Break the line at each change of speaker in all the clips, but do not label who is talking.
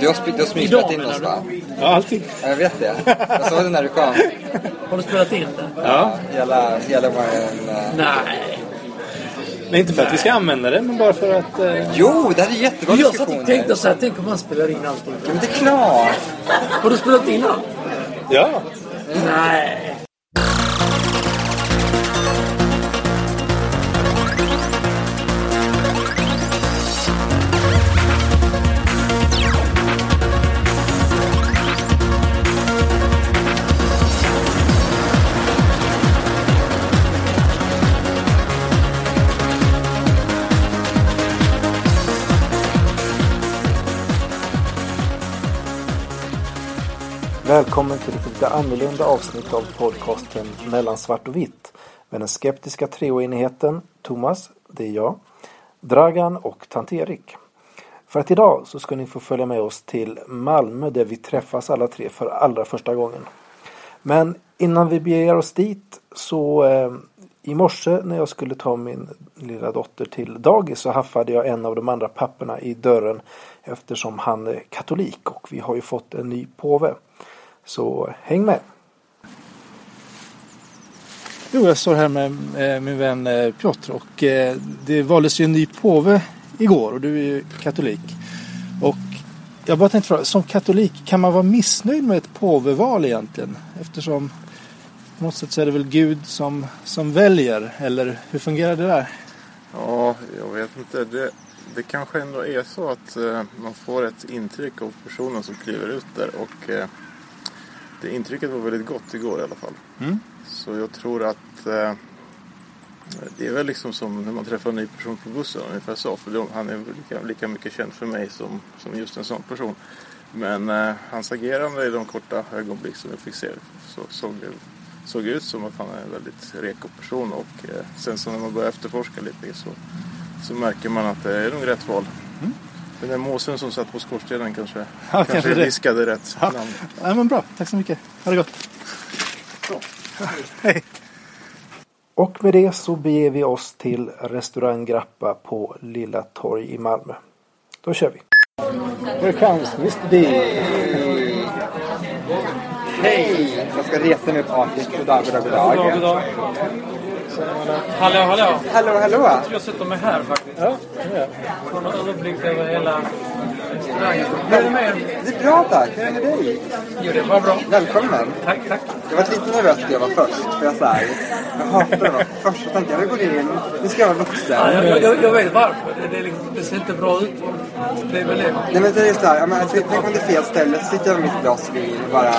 Du har smygspelat in oss, va?
Ja, alltid.
Ja, jag vet det. Jag såg det när du kom.
Har du spelat in det?
Ja. Hela var en...
Nej.
Men inte för att vi ska använda det, men bara för att...
Jo, det här är jättebra diskussioner.
Jag tänkte så här, tänk om man spelar in allting.
Ja, men det är klart.
Har du spelat in allt?
Ja.
Nej.
Välkommen till ett lite annorlunda avsnitt av podcasten Mellan svart och vitt med den skeptiska treoenigheten Thomas, det är jag, Dragan och tant Erik. För att idag så ska ni få följa med oss till Malmö där vi träffas alla tre för allra första gången. Men innan vi beger oss dit så i morse när jag skulle ta min lilla dotter till dagis så haffade jag en av de andra papporna i dörren eftersom han är katolik och vi har ju fått en ny påve. Så häng med.
Jo, jag står här med min vän Piotr och det valdes ju en ny påve igår och du är ju katolik. Och jag bara tänkte fråga, som katolik kan man vara missnöjd med ett påveval egentligen? Eftersom på något sätt så är det väl Gud som väljer, eller hur fungerar det där?
Ja, jag vet inte. Det kanske ändå är så att man får ett intryck av personen som kliver ut där och det intrycket var väldigt gott igår i alla fall. Mm. Så jag tror att det är väl liksom som när man träffar en ny person på bussen ungefär så. För han är lika mycket känd för mig som just en sån person. Men hans agerande i de korta ögonblick som jag fick se såg ut som att han är en väldigt reko person. Och sen så när man börjar efterforska lite så märker man att det är nog rätt val. Mm. Den där måsen som satt på skorstenen kanske viskade rätt namn.
Ja, men bra, tack så mycket. Ha det gott.
Så.
Hej.
Och med det så beger vi oss till restaurang Grappa på Lilla Torg i Malmö. Då kör vi.
Here comes Mr. D.
Hej! Jag ska resa mig upp artigt. God.
Hallå.
Hallå.
Jag sätter mig här faktiskt.
Ja.
Får en överblick över hela restaurangen. Hur är det med er?
Det är bra, tack. Hur är det med dig?
Jo, det var bra.
Välkommen.
Tack.
Jag var lite nervös att jag var först. För jag hatar att vara först. Jag tänkte, jag går in. Nu ska jag vara vuxen.
Ja, jag vet varför. Det ser inte bra ut. Det är väl det.
Nej, men det är just det här. Tänk om det är fel ställe. Så sitter jag med mitt glas vin och bara...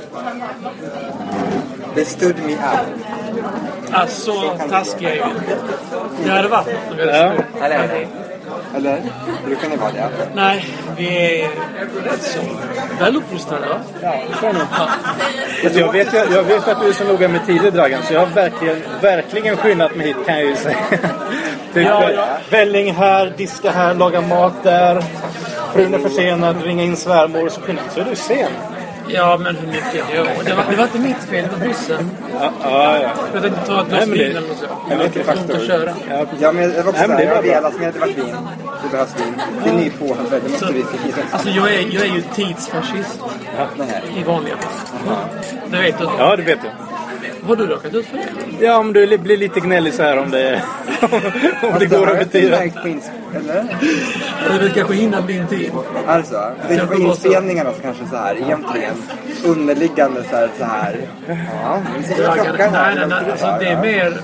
Det stood me out.
Alltså, taskiga är ju. Det hade varit något.
Eller? Hur kan det vara det?
Nej, vi är rätt så väluppfostrade, va?
Ja, det tror jag nog. Alltså, jag vet att du är så noga med tider, Dragan, så jag har verkligen skyndat mig hit, kan jag ju säga. Välling här, diska här, laga mat där. Frun är försenad, ringa in svärmor, så är du sen.
Ja, men hur mycket? Det var inte mitt fel, det var bussen.
Ja.
Jag tänkte ta ett glas vin eller något så. Jag vet inte faktiskt att köra.
Ja, men det var också där. Jag velat som jag hade varit vin. Det behövs vin. Det är ny på. Det måste vi se hit.
Alltså, jag är ju tidsfascist. I vanliga fall. Det vet du.
Ja, det vet jag.
Har du råkat ut för det?
Ja, om du blir lite gnällig så här om det går över tiden.
Eller?
Det vill kanske hinna bli en tid.
Alltså, det är på inspelningarna så kanske så här egentligen underliggande så här. Ja,
nej, alltså det är mer...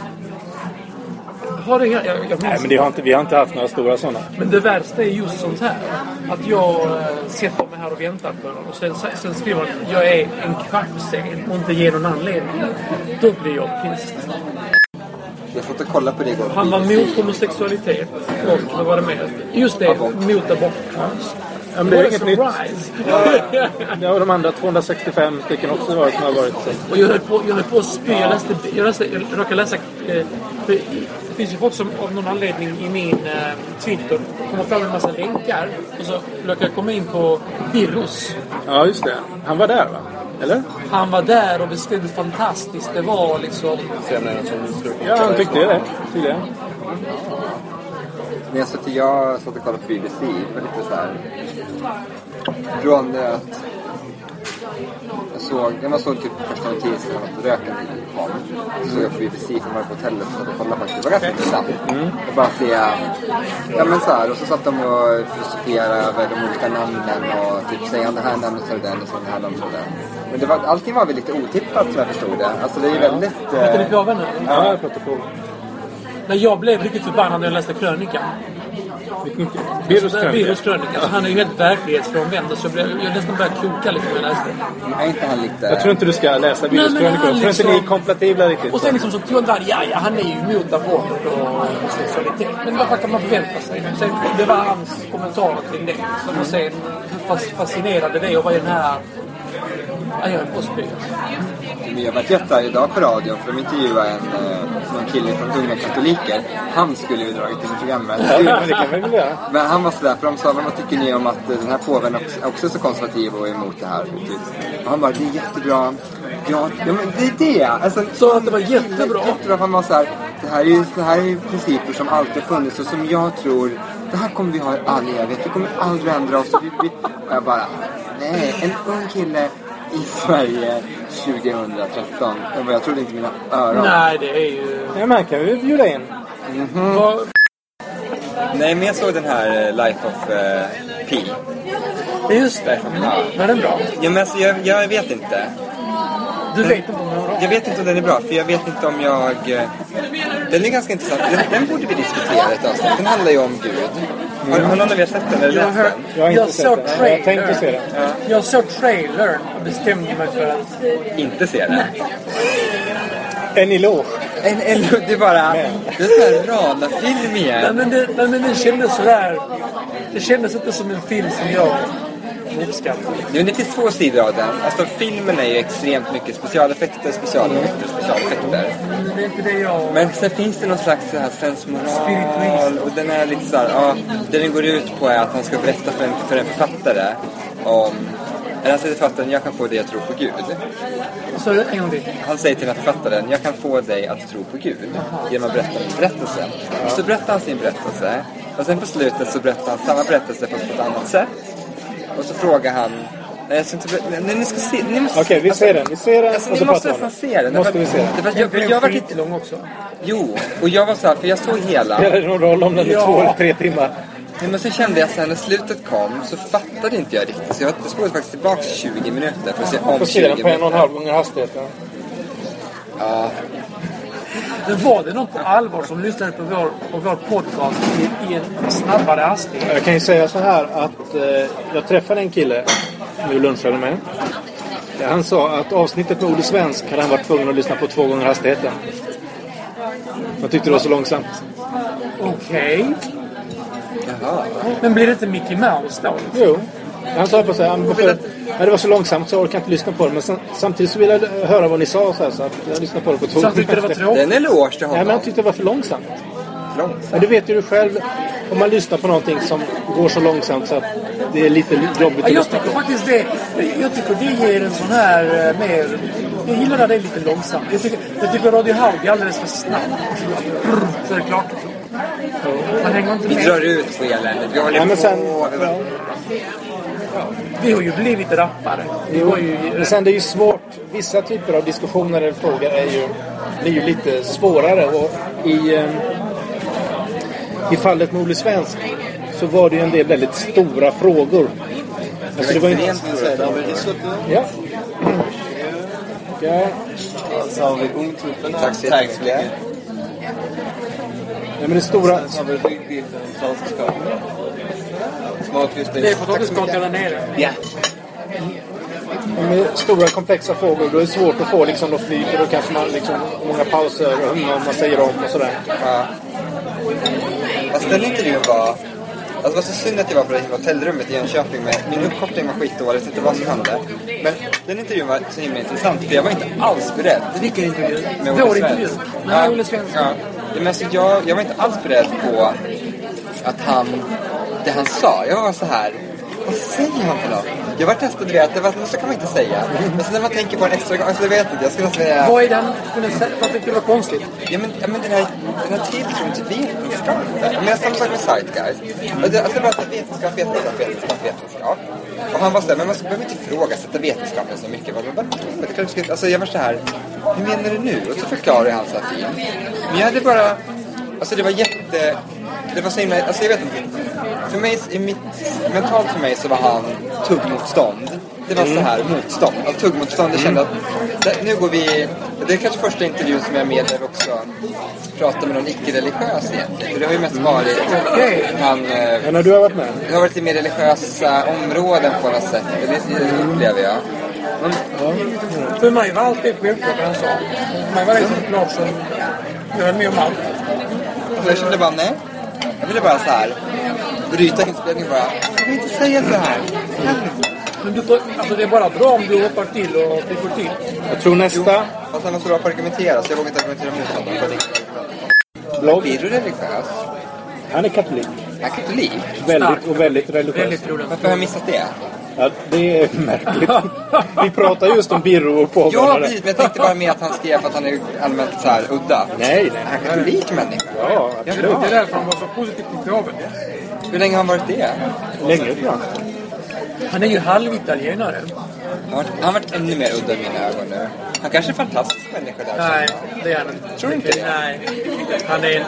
Nej, men vi har inte haft några stora sådana.
Men det värsta är just sånt här. Att jag sätter mig här och väntar på någon. Och sen skriver man att jag är en kvart sen och inte ger någon anledning. Då blir jag pissed.
Jag får inte kolla på det igår.
Han var mot homosexualitet. Och vad var det med? Just det, mot abort.
Ja, men det är inget nytt. Det har de andra 265 stycken också varit som har varit.
Och jag höll på att spy. Jag råkade läsa... Det finns ju folk som av någon anledning i min Twitter kommer fram en massa länkar. Och så råkade jag komma in på Virus.
Ja, just det. Han var där, va? Eller?
Han var där och beskrev fantastiskt. Det var liksom...
Ja, han tyckte det. Tydligen.
Men jag satt och kollade på BBC. Det var lite så här... från att jag såg typ första notisen att röken kom. Så såg jag förbi precis när jag var på hotellet och kollade faktiskt. Det var ganska intressant. Och bara se, ja men så här, och så satt de och filosoferade över de olika namnen och typ säga det här namnet så den och så det här namnet så den. Men allting var väl lite otippat som jag förstod det. Alltså det är ju väldigt...
Heter ni påven nu?
Ja, jag pratar på.
När jag blev riktigt förbannad när jag läste krönikan. Birros krönika. Så han är ju helt verklighetsfrånvänd. Så jag nästan började kroka lite när jag läste det.
Är inte han lite...
Jag tror inte du ska läsa Birros krönika. Jag tror inte ni är kompatibla riktigt.
Och sen liksom så tror jag ja, han är ju emot abort och sexualitet. Men vad kan man förvänta sig? Sen, det var hans kommentarer kring det. Som man sen fascinerade det och vad är den här... Jag är på spel.
Vi har varit jättar idag på radion för de intervjuade en kille från Unga Katoliker. Han skulle ju dragit till programmet. Men han var sådär, för de sa, vad tycker ni om att den här påven också är så konservativ och emot det här? Och han bara, det är jättebra. Ja men det är det. Alltså,
så att det var jättebra.
Jättebra, han var såhär, det här är ju principer som alltid funnits och som jag tror, det här kommer vi ha i all evighet. Vi kommer aldrig ändra oss. Och jag bara, nej, en ung kille i Sverige 2013. Jag trodde inte mina öron.
Nej, det är ju...
Ja, man kan ju bjuda in.
Nej, men jag såg den här Life of Pi.
Just det. Var den bra?
Ja, men alltså, jag vet inte.
Du vet inte om den är bra?
Jag vet inte om den är bra, för jag vet inte om jag... Den är ganska intressant. Den borde vi diskutera ett avsnitt. Den handlar ju om Gud. Har någon av er sett den eller läst den?
Jag såg trailern.
Jag tänkte se den.
Ja.
Jag såg trailern och bestämde mig för att...
Inte se den.
En eloge.
Det är bara... Det är så här rada-film igen.
Nej, men den kändes sådär... Det kändes inte som en film som jag uppskattar.
Det är till två sidor av den. Alltså filmen är ju extremt mycket specialeffekter.
Det är inte det jag...
Men sen finns det någon slags så här sensmoral. Och den är lite så här, ja, det den går ut på är att han ska berätta för en författare om... Eller han säger till författaren, jag kan få dig att tro på Gud.
Så en gång till.
Han säger till den här författaren, jag kan få dig att tro på Gud genom att berätta en berättelse. Och så berättar han sin berättelse. Och sen på slutet så berättar han samma berättelse fast på ett annat sätt. Och så frågar han... Ni ska se...
Okej, vi ser den. Vi ser den.
Alltså, ni måste nästan se den.
Måste vi se den?
Jag var lite lång också.
Jo, och jag var så här, för jag såg hela.
Spelar det någon roll om den är 2 eller 3 timmar?
Men så kände jag sen när slutet kom så fattade inte jag riktigt. Så jag spolade faktiskt tillbaka 20 minuter för att se om 20 minuter.
Får se den på 1,5 gånger hastigheten.
Ja.
Men var det någon på allvar som lyssnade på vår podcast i en snabbare hastighet?
Jag kan ju säga så här att jag träffade en kille nu lunchade med. Han sa att avsnittet med Olle Svensk hade han varit tvungen att lyssna på 2 gånger hastigheten. Jag tyckte det var så långsamt.
Okej.
Jaha.
Men blir det inte Mickey Mouse då?
Jo. Han sa på sig det var så långsamt så jag orkade inte lyssna på det. Men samtidigt så ville jag höra vad ni sa så att jag lyssnade på det på 2 gånger.
Så tyckte det var tråkigt?
Den är eloge till honom.
Nej, men han tyckte det var för långsamt.
Långsamt?
Men du vet ju själv, om man lyssnar på någonting som går så långsamt så att det är lite jobbigt att
Jag
lyssna
tycker
på.
faktiskt det. Jag tycker det ger en sån här mer... Jag gillar när det är lite långsamt. Jag tycker Radio Haug är alldeles för snabbt. Så är det klart. Man hänger inte
Vi
med.
drar ut på eländet. Vi håller
Ja, men sen,
på.
Vi har ju blivit rappare.
Men sen det är ju svårt. Vissa typer av diskussioner eller frågor blir ju lite svårare. Och i fallet med Olle Svensk så var det ju en del väldigt stora frågor. Alltså det var inte... Ja. Ja.
Så har vi ungtuppen.
Tack så mycket.
Ja, men det stora...
Så har vi ryggbiffen, saltskapen. Smakljusbiffen.
Det är potatisskakor där nere.
Ja.
Med stora komplexa frågor då är det svårt att få liksom, något flyt. Då kanske man liksom många pauser och man säger om och sådär.
Ja. Fast den intervjun var... Alltså det var så synd att jag var på det hotellrummet i Jönköping med min uppkoppling var skitdålig, jag vet inte vad som hände. Men den intervjun var så himla intressant för jag var inte alls beredd.
Vilken intervju?
Med
Vår
Olle
intervju?
Svensk.
Nej, Olle Svensk.
Ja. Men alltså, jag var inte alls beredd på att det han sa. Jag var så här, vad säger han för något? Jag var testad, du vet, så kan man inte säga. Men så när man tänker på en extra gång, alltså jag vet inte, jag skulle säga...
Vad är den? Vad tyckte du var konstigt?
Ja men den här tilltron till vetenskap. Men samma sak med Zeitgeist. Alltså det var så vetenskap. Och han var så här, men man behöver inte ifrågasätta vetenskapen så mycket. Alltså jag var så här, hur menar du nu? Och så förklarar han så här fint. Men jag hade bara, alltså det var det var så himla, alltså jag vet inte. För mig, mentalt för mig så var han tuggmotstånd. Det var så här motstånd. Alltså tuggmotstånd, jag kände att nu går vi... Det är kanske första intervjun som jag är med där också pratar med någon icke-religiös egentligen. För det har ju mest varit...
när du har varit med?
Det har varit lite mer religiösa områden på något sätt. Det upplever jag.
För mig var allt det självklart han sa. För mig var det så klart som jag höll med om allt.
Och jag kände bara, nej. Jag ville bara så här bryta inspelningen bara. Jag vill inte säga så här.
Men alltså det är bara bra om du hoppar till och klipper till.
Jag tror nästa...
Fast han var så bra på att argumentera så jag vågar inte argumentera mot honom.
Blogg.
Blir du religiös?
Han är katolik.
Han är katolik?
Väldigt religiös.
Väldigt roligt.
Varför har jag missat det?
Ja, det är märkligt. Vi pratar just om Birro och påven.
Ja, men jag tänkte bara med att han skrev att han är allmänt så här udda.
Nej.
Han är katolik människa.
Ja, absolut.
Det är därför han var så positiv till påven.
Hur länge har han varit det?
Länge tror jag.
Han är ju halvitalienare.
Han har varit ännu mer udda i mina ögon nu. Han kanske är en fantastisk människa där.
Nej, det är han inte.
Tror du inte det?
Nej. Han är...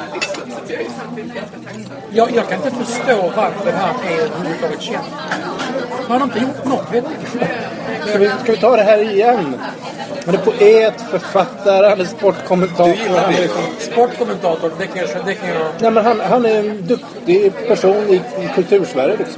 Jag kan inte förstå varför han är överhuvudtaget känd. Han har inte gjort något, vet du.
Ska vi ta det här igen? Han är poet, författare, han är sportkommentator.
Du gillar det?
Sportkommentator, det kan jag...
Nej, men han är en duktig person i Kultursverige liksom.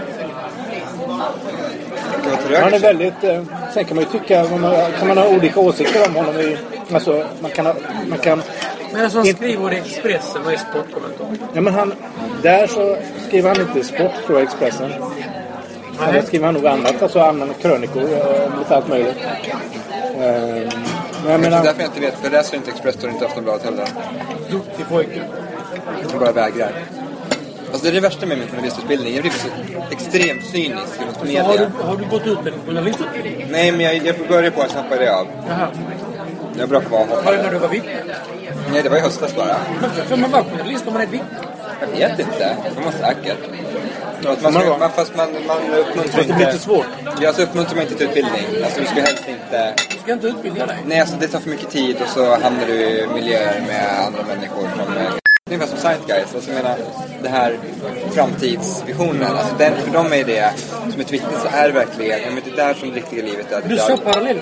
Han är väldigt... Sen kan man ju tycka... Kan man ha olika åsikter om honom. Alltså, man kan...
Men alltså han skriver i Expressen och är sportkommentator.
Ja, men där så skriver han inte sport, tror jag, Expressen. Där skriver han nog annat. Alltså annan krönikor. Lite allt möjligt.
Men jag menar... därför jag inte vet. För läser inte Expressen och inte Aftonbladet heller.
Duktig pojke.
Jag bara vägrar. Alltså det är det värsta med min journalistutbildning. Jag blir så extremt cynisk mot media.
Har du gått ut med en journalistutbildning?
Nej, men jag började på att snappa det av.
Jaha.
Jag är bra på att hoppa.
Var det när du var vittne?
Nej, det var i höstas bara.
För man var journalist om man är vittne?
Jag vet inte. Det var säkert. Fast man uppmuntrar inte...
Det blir lite svårt.
Ja, så uppmuntrar man inte till utbildning. Alltså du ska helst inte...
Du ska inte utbilda dig?
Nej, alltså det tar för mycket tid och så hamnar du i miljöer med andra människor som... Det är ungefär som Zeitgeist. Alltså jag menar, det här framtidsvisionen. Alltså för dem är det som ett vittne så är verkligen... Men det är där som det riktiga livet är.
Du såg paralleller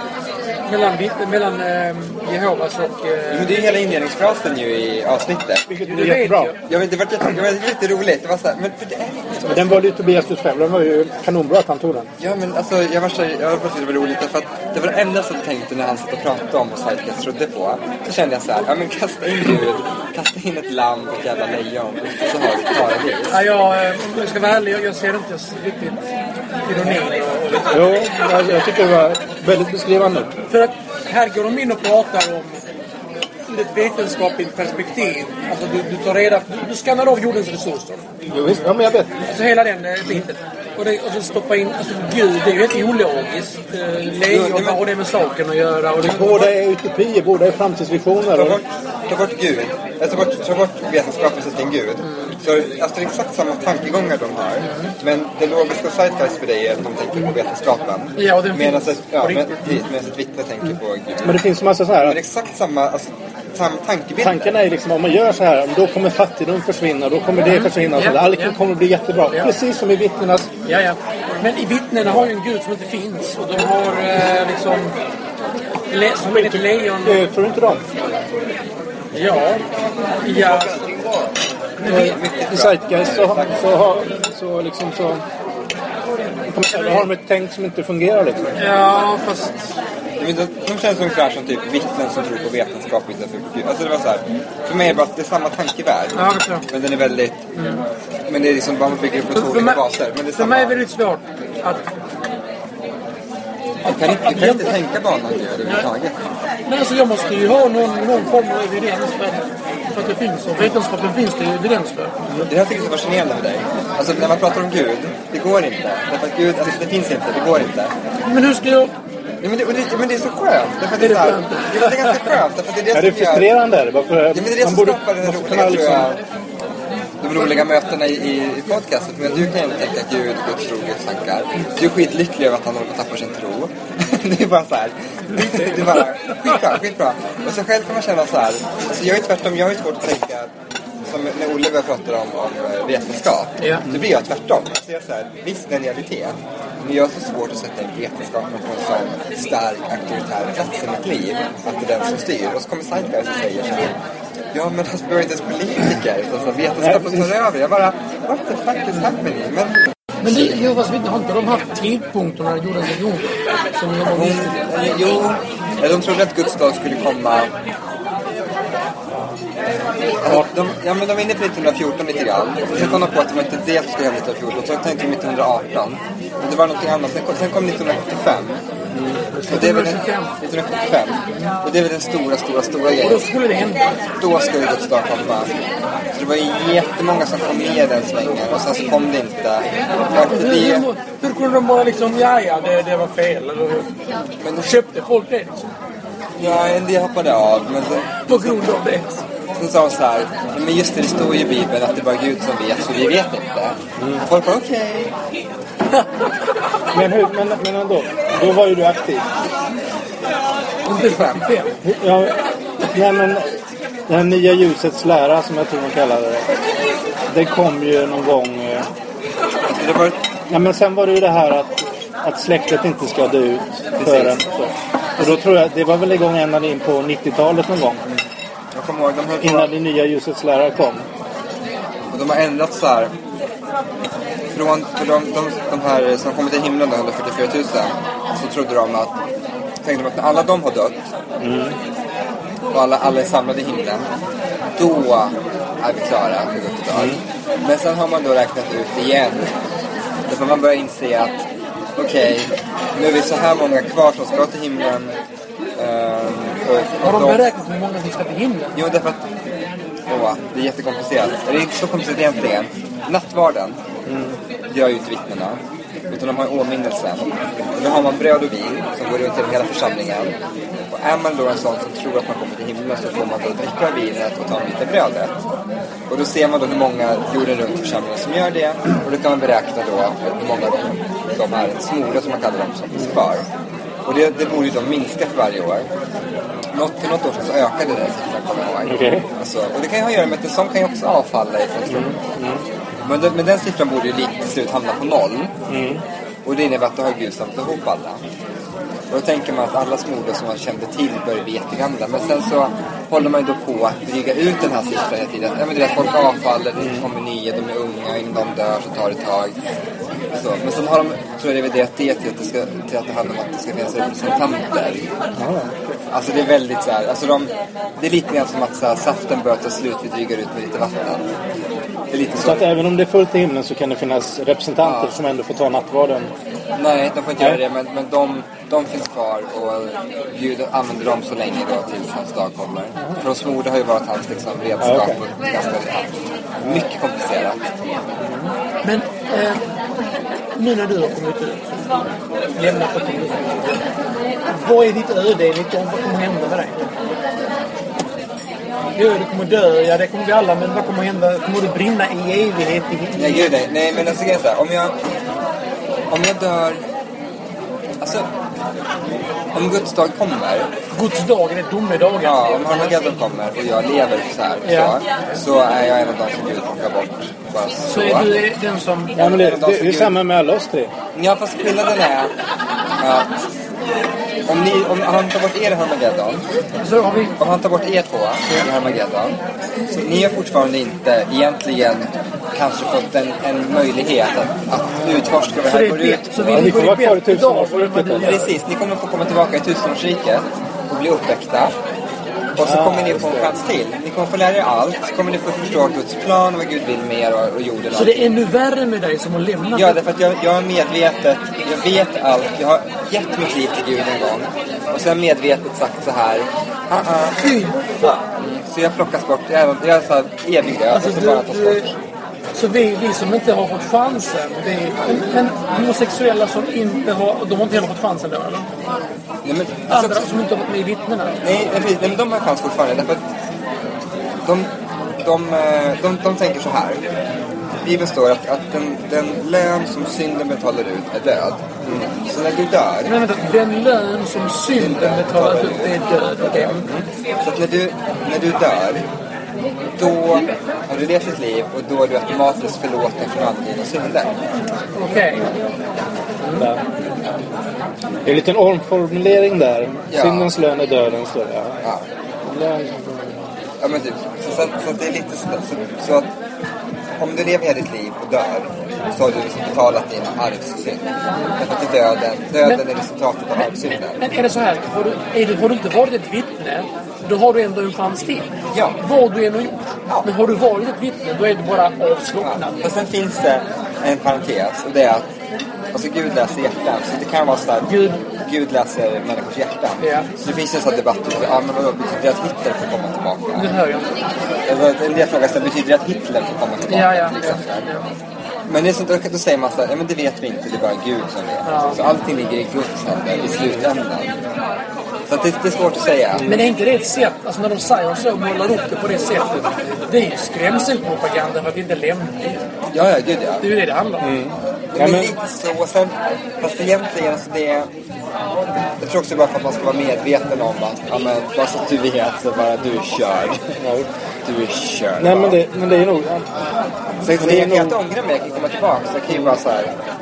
mellan Jehovas och...
Men det är hela inledningsfrasen ju i avsnittet.
Vilket är jättebra.
Ja, men det var lite roligt. Det var så här, men för det är lite så.
Den var ju Tobias själv. Den var ju kanonbra att han tog den.
Ja, men alltså jag var det var roligt för att det var det enda som jag tänkte när han satt och pratade om och Zeitgeist trodde på. Så kände jag så här, ja men kasta in Gud, kasta in ett lamm och ett jävla lejon och så har du ett paradis.
Ja, jag ska vara ärlig, jag ser inte riktigt ironi.
Jo, jag tycker det var väldigt beskrivande.
För att här går de in och pratar om ett vetenskapligt perspektiv. Alltså du skannar av jordens resurser.
Jo, visst, ja men jag vet.
Alltså hela den biten. Och så stoppa in, alltså Gud, det är ju helt ologiskt. Lejon och det med saken att göra. Och
båda är utopier, båda är framtidsvisioner.
Ta bort Gud. Ta bort vetenskapen så till Gud. Så alltså det är exakt samma tankegångar de har. Men det logiska Zeitgeist för dig är att de tänker på vetenskapen.
Ja, och den
medan ett vittne tänker på Gud.
Men det finns massa så här.
Men det är exakt samma tankebild.
Tanken är liksom om man gör så här, då kommer fattigdom försvinna, då kommer det försvinna. Så allting kommer att bli jättebra. Ja. Precis som i vittnenas.
Ja. Men i vittnena har ju en Gud som inte finns. Och de har liksom... som ett lejon.
Tror du inte de?
Ja.
I Zeitgeist så liksom så har de ett tänk som inte fungerar liksom.
Ja, fast...
De känns ungefär som typ vittnen som tror på vetenskap istället för Gud. Alltså det var så här. För mig är det bara det är samma tankevärld.
Ja,
men den är väldigt... Men det är liksom bara man bygger på två olika baser. Men det är
för mig är det väldigt svårt att...
Du kan inte tänka banan överhuvudtaget.
Nej, alltså jag måste ju ha någon form av evidens. för att det finns. Och vetenskapen finns det ju evidens för.
Det här tycker jag är så fascinerande med dig. Alltså när man pratar om Gud, det går inte. Därför att Gud, alltså det finns inte, det går inte.
Men hur ska jag...
Ja, men det är så skönt. Därför att det är så här, det är ganska skönt. Därför att det är det som
frustrerande? Varför
ja, men det är det som skapar den roliga, tror jag. De roliga mötena i podcastet. Men du kan ju inte tänka Gud, Guds tro, Guds tankar. Du är skitlycklig över att han håller på att tappa sin tro. Det är bara så här. Det är bara skitbra. Och så själv kan man känna så här. Alltså jag är tvärtom, jag har ju svårt att tänka. Som när Olle pratar om vetenskap.
Ja.
Så blir jag tvärtom. Så jag så här, visst en realitet. Men jag har så svårt att sätta in vetenskapen på en sån stark auktoritär plats i mitt liv. Att det är den som styr. Och så kommer Zeitgeist och säger så här. Ja, men alltså, vi är inte ens politiker. Så vetenskapen tar över. Jag bara, what the fuck is happening?
Men det, jag fast vet inte, har inte de haft tidpunkter när jorden är jord? Som de har visst.
Jo, de trodde att Guds dag skulle komma. Men de var inne på 1914 lite grann. Sen kom de på att det var inte det som skulle hända 1914. Så tänkte de 1918. Men det var någonting annat. Sen kom 1975. Och det är väl 1975. Och det är väl den stora grejen.
Och då skulle det hända.
Då skulle Guds dag komma. Så det var ju jättemånga som kom med den svängen. Och sen så kom det inte.
Hur kunde de bara liksom, det var fel. Eller hur? Men då köpte folk det liksom.
Ja, en del hoppade av. Men
på grund av det.
Sen sa hon så här, men just det står ju i Bibeln att det är bara Gud som vet, så vi vet inte. Folk bara, okej.
Men ändå, då var ju du aktiv.
Inte 55.
Ja, men den nya ljusets lära, som jag tror man kallar det. Det kom ju någon gång. Ja, men sen var det ju det här att släktet inte ska dö ut förrän. Och då tror jag, det var väl igång ända in på 90-talet någon gång.
Jag kommer ihåg,
innan det nya ljusets lära kom.
Och de har ändrat så här. Från de här som kommer till himlen, 144 000, så trodde de att, tänkte de att när alla de har dött och alla är samlade i himlen, då är vi klara för Guds dag. Men sen har man då räknat ut igen. Därför man börjar inse att okej, nu är vi så här många kvar som ska till himlen.
Har de beräknat hur många som ska till himlen?
Jo, därför att det är jättekomplicerat. Det är inte så komplicerat egentligen. Nattvarden gör ju inte vittnena, utan de har åminnelsen. Och då har man bröd och vin som går runt till hela församlingen. Och är man då en sån som tror att man kommer till himlen, så får man då dricka vinet och ta en bit av brödet. Och då ser man då hur många jorden runt församlingen som gör det. Och då kan man beräkna då hur många de här smorda, som man kallar dem, som finns kvar. Och det borde ju då minska för varje år. För något år sedan så ökade det siffran, kommer jag ihåg.
Okay.
Alltså, och det kan ju ha att göra med att det som kan ju också avfalla ifrån tron. Men den siffran borde ju till slut hamna på 0. Och det innebär att då har Gud samlat ihop alla. Och då tänker man att alla smorder som man kände till börjar bli jättegamla. Men sen så håller man ju då på att dryga ut den här siffran hela tiden. Det är att folk avfaller, det kommer nya, de är unga, innan de dör så tar det ett tag. Så. Men sen har de, tror jag, reviderat det till att det handlar om att det ska finnas representanter. Alltså det är väldigt så här, alltså det är lite grann som att så här, saften börjar ta slut, vi drygar ut med lite vatten. Det är lite
så att även om det är fullt i himlen så kan det finnas representanter som ändå får ta nattvarden?
Nej, de får inte göra det, men de finns kvar och Gud använder dem så länge då tills hans dag kommer. För de smorde har ju varit hans liksom redskap och ganska mycket komplicerat.
Men nu när du har kommit ut, lämnat på till, vad är ditt öde enligt dem? Vad kommer hända med dig? Jo, du kommer dö, ja det kommer vi alla, men vad kommer hända? Kommer du brinna i evighet?
Nej, gud nej, men alltså så här, om jag dör, alltså om Guds dag kommer.
Guds dag, är domedagen?
Ja, om Armageddon kommer och jag lever så här, så är jag en av de som Gud plockar bort. Bara
så är du den som...
Ja, men det är samma med alla oss tre.
Ja, fast skillnaden är att om han tar bort er i Armageddon,
så har vi...
om han tar bort er två i Armageddon, så ni har fortfarande inte egentligen kanske fått en möjlighet att utforska vad det här går ut.
Så vi får vara kvar i
1000-årsriket. Precis, ni kommer få komma tillbaka i 1000-årsriket och bli uppväckta. Och så kommer ni få en chans till. Ni kommer få lära er allt. Så kommer ni få förstå Guds plan och vad Gud vill med er och jorden.
Så det är ännu värre med dig som har lämnat?
Ja, därför att jag är medvetet. Jag vet allt. Jag har gett mitt liv till Gud en gång. Och sen medvetet sagt så här.
Fy fan.
Så jag plockas bort. Jag är så här evig död.
Alltså,
Och så bara tas bort.
så vi som inte har fått chansen, men homosexuella som inte har, de har inte heller fått chansen då, eller?
Nej, men,
Andra som inte har varit med i vittnena.
Nej, men de har chans fortfarande. Därför att de tänker så här. Bibeln står att den lön som synden betalar ut är död. Så när du dör...
Men vänta, den lön som synden betalar ut är död. Okay.
Så att när du dör, då har du levt ditt liv och då är du automatiskt förlåten från alla dina synder.
Okej.
Det är en liten omformulering där.
Ja.
Syndens lön är dödens lön.
Ja. Ja, men typ. Så att det är lite så att om du lever hela ditt liv och dör så har du liksom betalat din arvssynd. Därför att döden är resultatet av arvsynden.
Men är det så här, har du inte varit ett vittne, då har du ändå en chans till.
Ja.
Vad du än har gjort. Ja. Men har du varit ett vittne, då är du bara avslocknad.
Och sen finns det en parentes, och det är att alltså Gud läser hjärtan. Så det kan vara så att Gud läser människors hjärtan.
Ja.
Så det finns en sån här debatt. Ja, men vadå, betyder det att Hitler får komma tillbaka?
Det hör jag inte.
Alltså, en del frågar sig, betyder det att Hitler får komma tillbaka?
Ja.
Men det är så, då säger man så här, ja, men det vet vi inte, det är bara Gud som vet. Ja. Så allting ligger i Guds händer i slutändan. Så att det är svårt att säga.
Men är inte det ett sätt, alltså när de säger så och målar upp det på det sättet, det är ju skrämselpropaganda för att inte lämna det.
Ja, gud ja.
Det är ju det handlar om.
Ja, men lite så. Sen, fast egentligen alltså det... Jag tror också bara för att man ska vara medveten om att ja, men, bara så att du vet så bara du är körd. Du är körd.
Nej, men det är nog...
Så jag kan inte ångra mig, jag kan komma tillbaka. Så jag kan ju bara så här...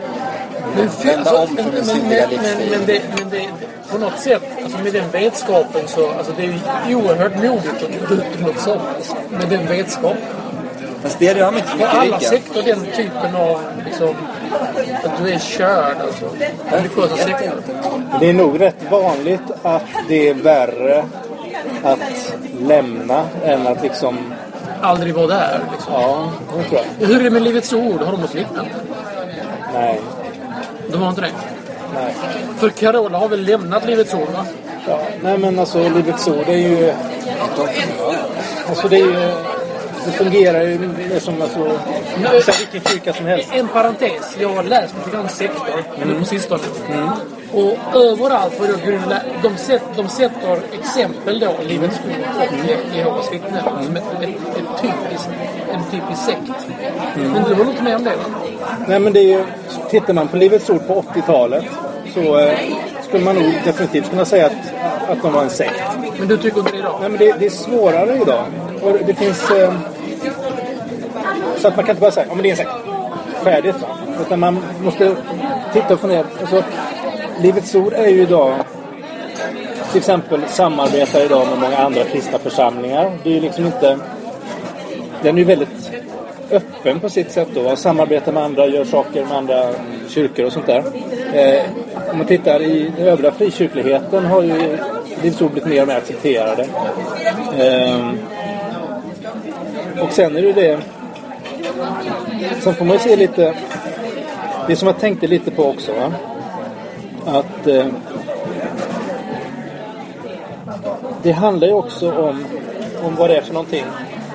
vända om från min synliga livsstil.
Men det på något sätt, alltså med den vetskapen så... Alltså det är ju oerhört modigt att gå ut något sånt. Alltså, med den vetskapen.
Fast det gör mig inte så mycket
alla sektor den typen av liksom, att du är körd alltså. Religiösa sektor.
Det är nog rätt vanligt att det är värre att lämna än att liksom...
Aldrig vara där liksom.
Ja, det tror jag.
Hur är det med Livets Ord? Har de något liknande?
Nej.
De har inte det?
Nej.
För Carola har väl lämnat Livets Ord, va?
Ja, nej men alltså Livets Ord är ju... Alltså det är ju... Det fungerar ju som alltså, vilken kyrka som helst.
En parentes. Jag har läst lite grann sektor på sistone. Och överallt för de sätter exempel då Livets Ord och Jehovas vittnen som en typisk sekt. Men du håller inte med om det, va?
Nej, men det är ju, tittar man på Livets Ord på 80-talet så skulle man nog definitivt kunna säga att de var en sekt.
Men du tycker inte det idag?
Nej, men det är svårare idag. Och det finns... så att man kan inte bara säga, ja men det är en sekt. Färdigt, va? Utan man måste titta och fundera. Alltså, Livets Ord är ju idag... Till exempel samarbetar idag med många andra kristna församlingar. Det är ju liksom inte... Den är ju väldigt öppen på sitt sätt då. Samarbetar med andra, gör saker med andra kyrkor och sånt där. Om man tittar i den övriga frikyrkligheten har ju Livets Ord blivit mer och mer accepterade. Och sen är det ju det... Sen får man ju se lite... Det som jag tänkte lite på också, va? Att... det handlar ju också om vad det är för någonting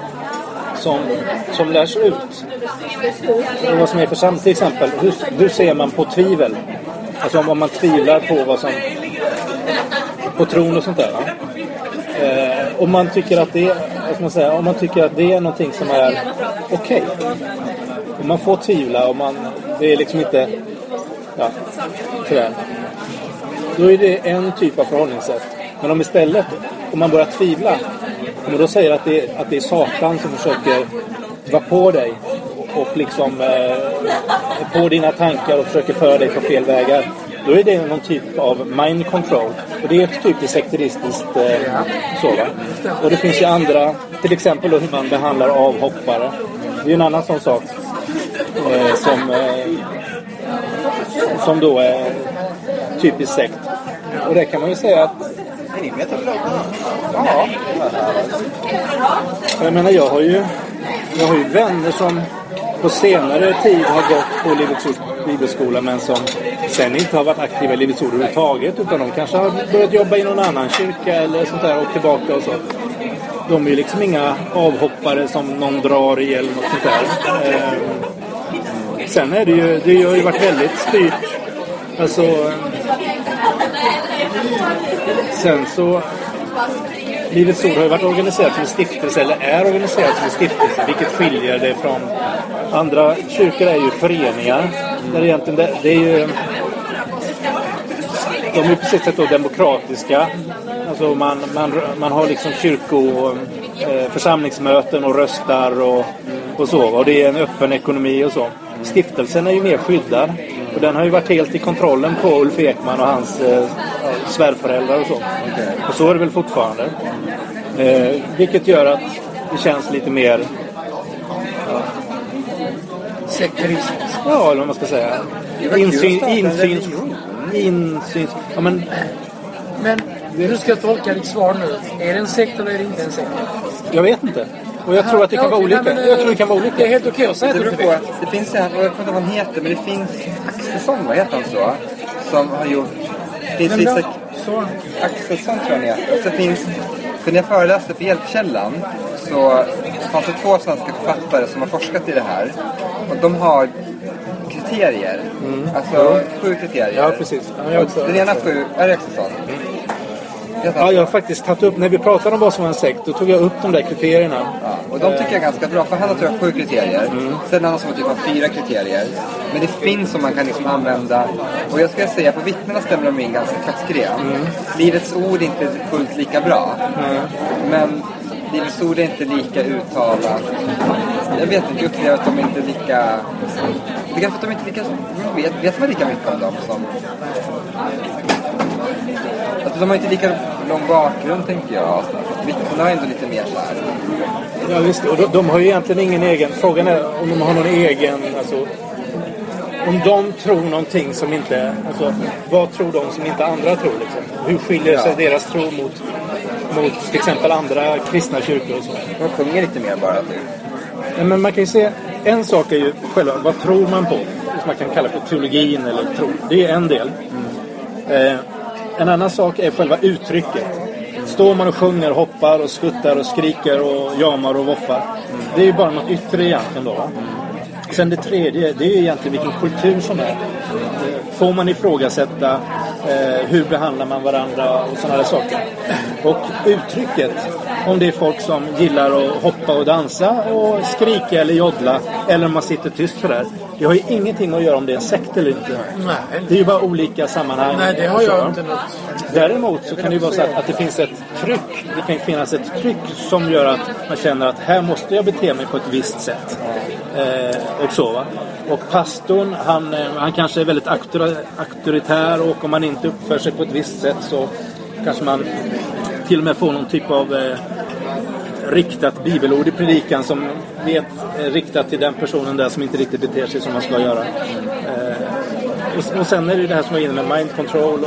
som lärs ut. Och vad som är för samtidigt, till exempel. Hur ser man på tvivel? Alltså om man tvivlar på vad som... På tron och sånt där, va? Om man tycker att det om man tycker att det är någonting som är okej. Om man får tvivla och det är liksom inte sådär. Då är det en typ av förhållningssätt. Men om istället, om man börjar tvivla, om man då säger att det är Satan som försöker vara på dig och liksom på dina tankar och försöker föra dig på fel vägar, då är det någon typ av mind control. Och det är ett typiskt sekteristiskt så, va? Och det finns ju andra, till exempel då hur man behandlar avhoppare. Det är ju en annan sån sak som då är typiskt sekt. Och det kan man ju säga att ja. Jag menar, jag har ju vänner som på senare tid har gått på Livets Ords bibelskola men som sen inte har varit aktiva i Livets Ord överhuvudtaget, utan de kanske har börjat jobba i någon annan kyrka eller sånt där och tillbaka och så. De är ju liksom inga avhoppare som någon drar i eller något sånt där. Sen är det har ju varit väldigt styrt. Alltså, sen så Livets Ord har ju varit organiserat som en stiftelse eller är organiserat som en stiftelse, vilket skiljer det från andra kyrkor är ju föreningar. Där egentligen det är ju de är på sitt sätt då demokratiska. Alltså man har liksom församlingsmöten och röstar och så. Och det är en öppen ekonomi och så. Stiftelsen är ju mer skyddad. Och den har ju varit helt i kontrollen på Ulf Ekman och hans svärföräldrar och så. Och så är det väl fortfarande. Vilket gör att det känns lite mer
sekteristiskt.
Ja, eller vad man ska säga. Insyn. Ja, men
hur ska jag tolka ditt svar nu? Är det en sekt eller är det inte en sekt?
Jag vet inte. Och jag tror att det kan vara olika. Jag tror det kan vara olika.
Det är helt okej att säga
det. Det finns jag vet inte vad han heter, men det finns Axelsson, vad heter han så? Som har gjort... Finns vissa... Axelsson tror jag han heter. Och så finns... För när jag föreläste för Hjälpkällan så fanns det 2 svenska författare som har forskat i det här. Och de har kriterier. Alltså 7 kriterier.
Ja, precis.
Den ena 7 är Axelsson.
Ja, jag har faktiskt tagit upp, när vi pratade om vad som var en sekt, då tog jag upp de där kriterierna.
Ja, och de tycker jag är ganska bra, för han har tror jag 7 kriterier. Sen har han som typ av 4 kriterier. Men det finns som man kan liksom använda. Och jag ska säga, på vittnena stämmer de in ganska klockrent. Livets Ord är inte fullt lika bra. Men Livets Ord är inte lika uttalat. Jag vet inte, jag upplever att de inte är lika... Det är kanske att de inte är lika... Vet man lika mycket om dem som... Alltså, de har inte lika lång bakgrund, tänker jag. Vittnena har ändå lite mer så här.
Ja, visst. Och de har ju egentligen ingen egen... Frågan är om de har någon egen... Alltså, om de tror någonting som inte... Alltså, vad tror de som inte andra tror? Liksom? Hur skiljer sig deras tro mot till exempel andra kristna kyrkor och så?
De sjunger lite mer bara.
Ja, men man kan ju se... En sak är ju själva... Vad tror man på? Som man kan kalla för teologin eller tro. Det är en del. En annan sak är själva uttrycket. Står man och sjunger, hoppar och skuttar och skriker och jamar och voffar. Det är ju bara något yttre egentligen då. Sen det tredje, det är ju egentligen vilken kultur som är. Får man ifrågasätta hur behandlar man varandra och sådana där saker. Och uttrycket, om det är folk som gillar att hoppa och dansa och skrika eller joddla, eller om man sitter tyst för det. Det har ju ingenting att göra om det är en sekt eller inte.
Nej.
Det är ju bara olika sammanhang.
Nej, det har jag inte något.
Däremot så kan det ju vara så att det finns ett tryck. Det kan finnas ett tryck som gör att man känner att här måste jag bete mig på ett visst sätt. Och så va. Och pastorn, han kanske är väldigt auktoritär, och om man inte uppför sig på ett visst sätt så kanske man till och med får någon typ av riktat bibelord i predikan som vet riktat till den personen där som inte riktigt beter sig som man ska göra. Och sen är det ju det här som är inne med mind control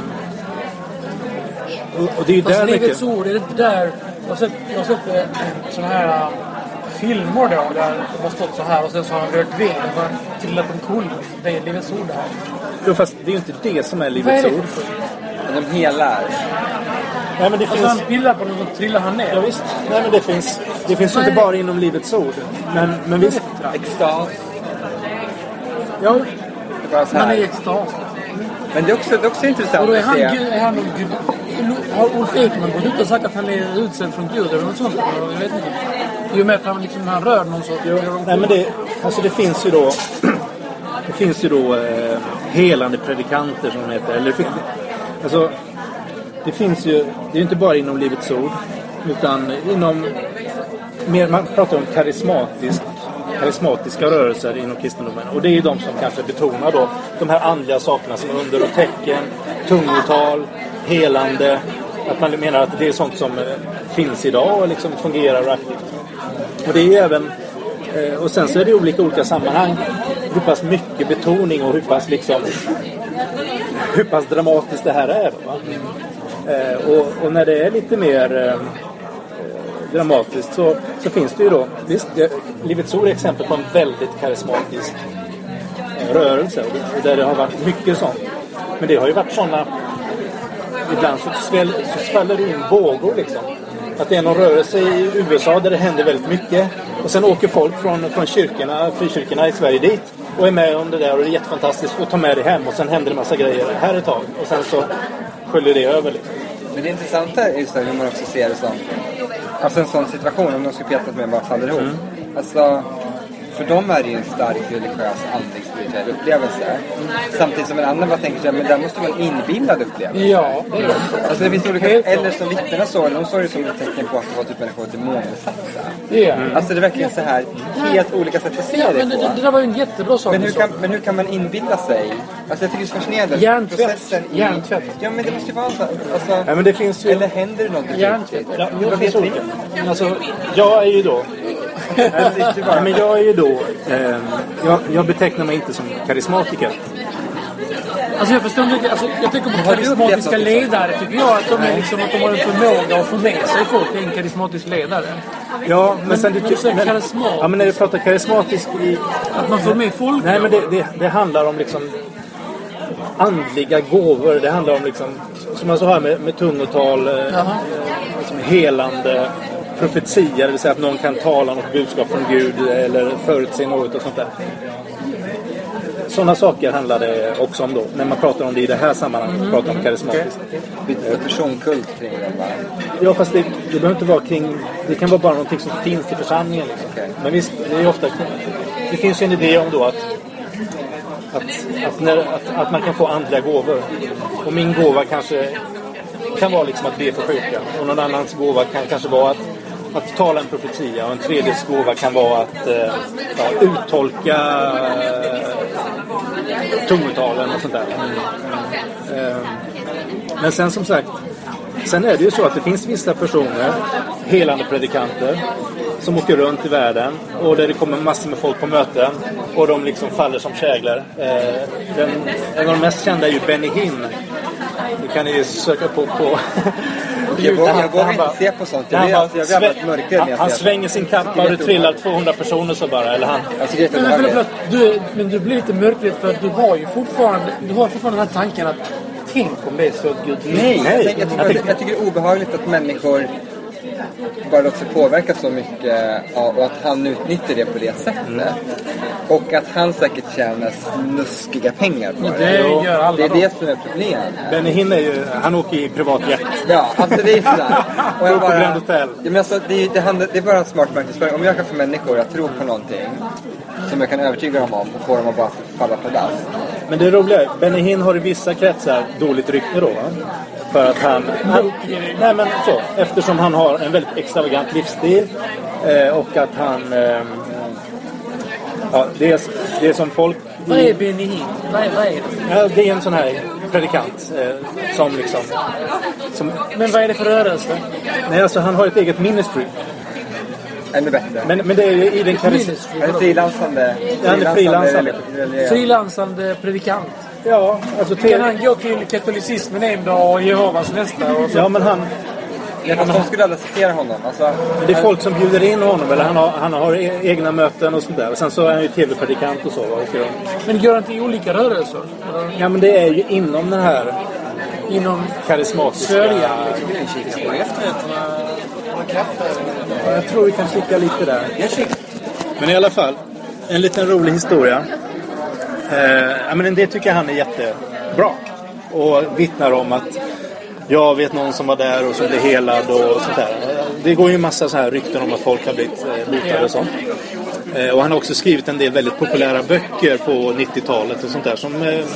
och det är ju där mycket.
Livets Ord, är det inte där? Jag har sett sådana här filmer då, där de har stått så här och sen så har han rört vägen och han trillat omkull. Det är Livets Ord det här.
Jo, fast det är ju inte det som är Livets Ord.
Men de hela är...
Nej, men det
alltså
finns...
han pillar på något och trillar han ner.
Ja, visst. Nej, men det finns inte bara inom Livets Ord. Men visst.
Extas.
Ja,
Man
är i extas.
Men det är också intressant
och då
att se.
Har Ulf Ekman gått ut och sagt att han är utsedd från Gud eller något sånt? Jag vet inte. Det är ju med att han rör någon sorts...
Nej, men det finns ju då... Det finns ju då helande predikanter som de heter. Eller, alltså, det finns ju... Det är ju inte bara inom Livets Ord. Utan inom... Man pratar om karismatiska rörelser inom kristendomen. Och det är ju de som kanske betonar då de här andliga sakerna som under och tecken, tungotal, helande. Att man menar att det är sånt som finns idag och liksom fungerar aktivt. Och det är ju även... Och sen så är det olika sammanhang. Hur pass mycket betoning och hur pass dramatiskt det här är. Va? Och när det är lite mer... dramatiskt så finns det ju då visst, Livets Ord är exempel på en väldigt karismatisk rörelse. Och där det har varit mycket sånt. Men det har ju varit sådana... Ibland så sväller det in vågor liksom. Att det är någon rörelse i USA där det händer väldigt mycket. Och sen åker folk från frikyrkorna i Sverige dit. Och är med om det där och det är jättefantastiskt. Och tar med det hem och sen händer det massa grejer här ett tag. Och sen så sköljer det över liksom.
Men det intressanta är just hur man också ser det som... Alltså en sån situation, om de skulle peta med bara faller ihop. Alltså... För dem är det ju en stark religiös, andlig, spirituell upplevelse. Samtidigt som en annan bara tänker sig, men där måste man inbillad upplevelse.
Ja, det är det.
Alltså det finns olika, eller som vittnena såg, de såg det som ett tecken på att det var typ människor demonbesatta.
Ja.
Alltså det är verkligen så här, helt olika sätt att se
Ja,
det
men
på.
det där var ju en jättebra sak.
Men hur kan man inbilla sig? Alltså jag tycker det är så fascinerande.
Hjärntvätt. Hjärntvätt.
Ja, men det måste ju vara så. Alltså,
Ja, men det finns ju...
Eller händer det något?
Hjärntvätt.
Ja, det finns olika. Alltså, jag är ju då... Ja, men jag är ju då... jag betecknar mig inte som karismatiker.
Alltså jag förstår inte, alltså jag tycker på karismatiska ledare tycker jag att de är liksom att de har en förmåga att få med sig folk. Det är en karismatisk ledare.
Ja, men sen
karismat.
Ja, men när vi pratar karismatisk i...
Att man får med folk.
Nej, men det handlar om liksom andliga gåvor. Det handlar om liksom, som man så har med tungotal, liksom helande profetier, det vill säga att någon kan tala något budskap från Gud eller förutse något och sånt där. Sådana saker handlar det också om då, när man pratar om det i det här sammanhanget, pratar om karismatiskt.
Personkult kring det bara.
Ja, fast det behöver inte vara kring, det kan vara bara någonting som finns i församlingen liksom.
Okay.
Men visst, det är ofta, det finns ju en idé om då att man kan få andliga gåvor. Och min gåva kanske kan vara liksom att be för sjuka. Och någon annans gåva kan kanske vara att tala en profetia. Och en tredjes gåva kan vara att uttolka tungotalen och sånt där. Men sen som sagt, sen är det ju så att det finns vissa personer, helande predikanter, som åker runt i världen och där det kommer massor med folk på möten och de liksom faller som käglar. En av de mest kända är ju Benny Hinn. Det kan ni söka på.
Jag vågar inte se på sånt.
Han
svänger sin kappa och det trillar 200 personer så bara. Eller han.
Men du blir lite mörkligt för att du har fortfarande den här tanken att tänk om det är så Gud.
Nej. Jag tycker det är obehagligt att människor bara låter sig påverka så mycket och att han utnyttjar det på det sättet. Och att han säkert tjänar snuskiga pengar på det.
Det gör alla.
Det är det som är problemet.
Benny Hinn är ju, han åker i privatjet.
Ja, alltså det är sådär. Och jag bara,
Grand Hotel.
Ja, men alltså, det är bara en smart marknadsföring. Om jag kan få människor att tro på någonting som jag kan övertyga dem om och få dem att bara falla på dass.
Men det roliga är, Benny Hinn har i vissa kretsar dåligt rykte då, va? För att han nej men så, eftersom han har en väldigt extravagant livsstil och att han det är som folk.
Vad är Benny Hinn? Vad är det?
Ja, det är en sån här predikant som liksom
Men vad är det för rörelse?
Nej, alltså han har ett eget ministry.
Ännu bättre.
Men det är ju i den karismatiska.
Han är frilansande.
Frilansande predikant.
Ja, alltså
kan han gå till katolicismen en dag och Jehovas nästa? Och så.
Ja, men han...
de skulle aldrig citera honom. Alltså,
det är folk som bjuder in honom, eller han har egna möten och sånt där. Och sen så är han ju tv-predikant och så.
Men gör han till olika rörelser?
Ja, men det är ju inom den här... Inom karismatiska... Jag tror vi kan kika lite där. Men i alla fall, en liten rolig historia. Men det tycker jag han är jättebra. Och vittnar om att jag vet någon som var där och som blev helad och sånt där. Det går ju en massa så här rykten om att folk har blivit botade och sånt. Och han har också skrivit en del väldigt populära böcker på 90-talet och sånt där.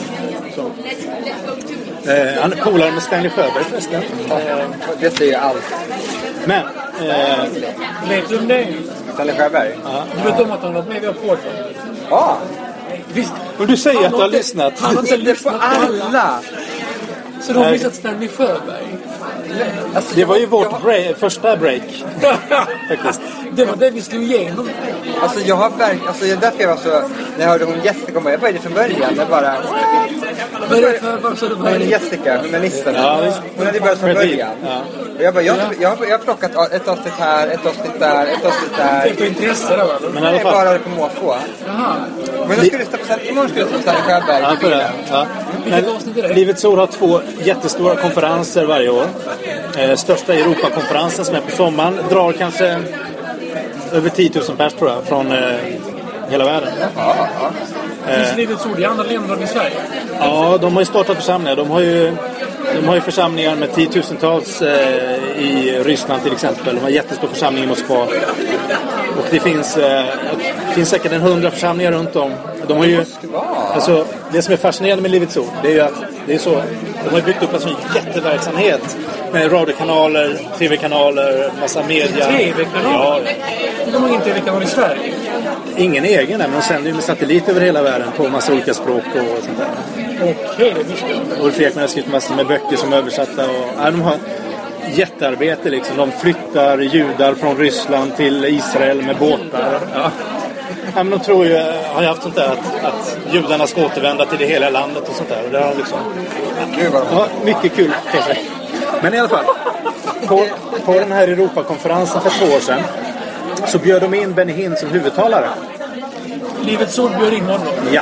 Han är polare med Stanley Sjöberg förresten.
Det säger allt.
Men...
vet du om det?
Stanley Sjöberg?
Ja. Du vet om att han har varit med i vår podd?
Ja!
Visst. Och du säger att du har lyssnat.
Han har inte lyssnat på alla. Så du har missat Stanley Sjöberg.
Alltså, det var ju vårt första break. Faktiskt.
Det var det vi slog igenom.
Alltså jag har verkligen, alltså därför jag var så, när jag hörde hon Jessica komma, jag började från början, jag bara,
Vad är det för...
Vad är det Jessica, journalisten?
Ja,
Hon hade börjat från början.
Ja.
Och jag bara, jag har plockat ett avsnitt här, ett avsnitt där, ett avsnitt där.
Det är intresse då, eller?
Men i alla
Det är
fall.
bara på måfå.
Jaha.
Men imorgon skulle jag stå på Sanne Sjöberg
Ja,
i
för det.
bilen.
Ja.
Vilket avsnitt är det?
Livets Ord har 2 jättestora konferenser varje år. Största Europakonferensen som är på sommaren drar kanske över 10 000 pers tror jag från hela världen.
Finns Livets Ord i andra länder än i Sverige?
Ja, de har ju startat församlingar. De har ju församlingar med 10-tusentals i Ryssland till exempel. De har jättestor församling i Moskva. Och det finns säkert 100 församlingar runt om. De har ju, alltså, det som är fascinerande med Livets Ord, det är ju att det är så, de har byggt upp en sån jätteverksamhet med radiokanaler, tv-kanaler, massa media.
TV-kanaler?
Ja.
De har ingen tv-kanal i Sverige.
Ingen egen, men de sänder ju med satellit över hela världen på massa olika språk och sånt där.
Okej, det visste jag.
Ulf Ekman har skrivit massor med böcker som är översatta. Och, de har jättearbete liksom. De flyttar judar från Ryssland till Israel med båtar. Ja. Men de tror ju, har ju haft sånt där att judarna ska återvända till det hela landet och sånt där. Och det har liksom, ja, mycket kul kanske. Men i alla fall, på den här Europakonferensen för 2 år sedan så bjöd de in Benny Hinn som huvudtalare.
Livets Ord bjöd in honom.
Ja.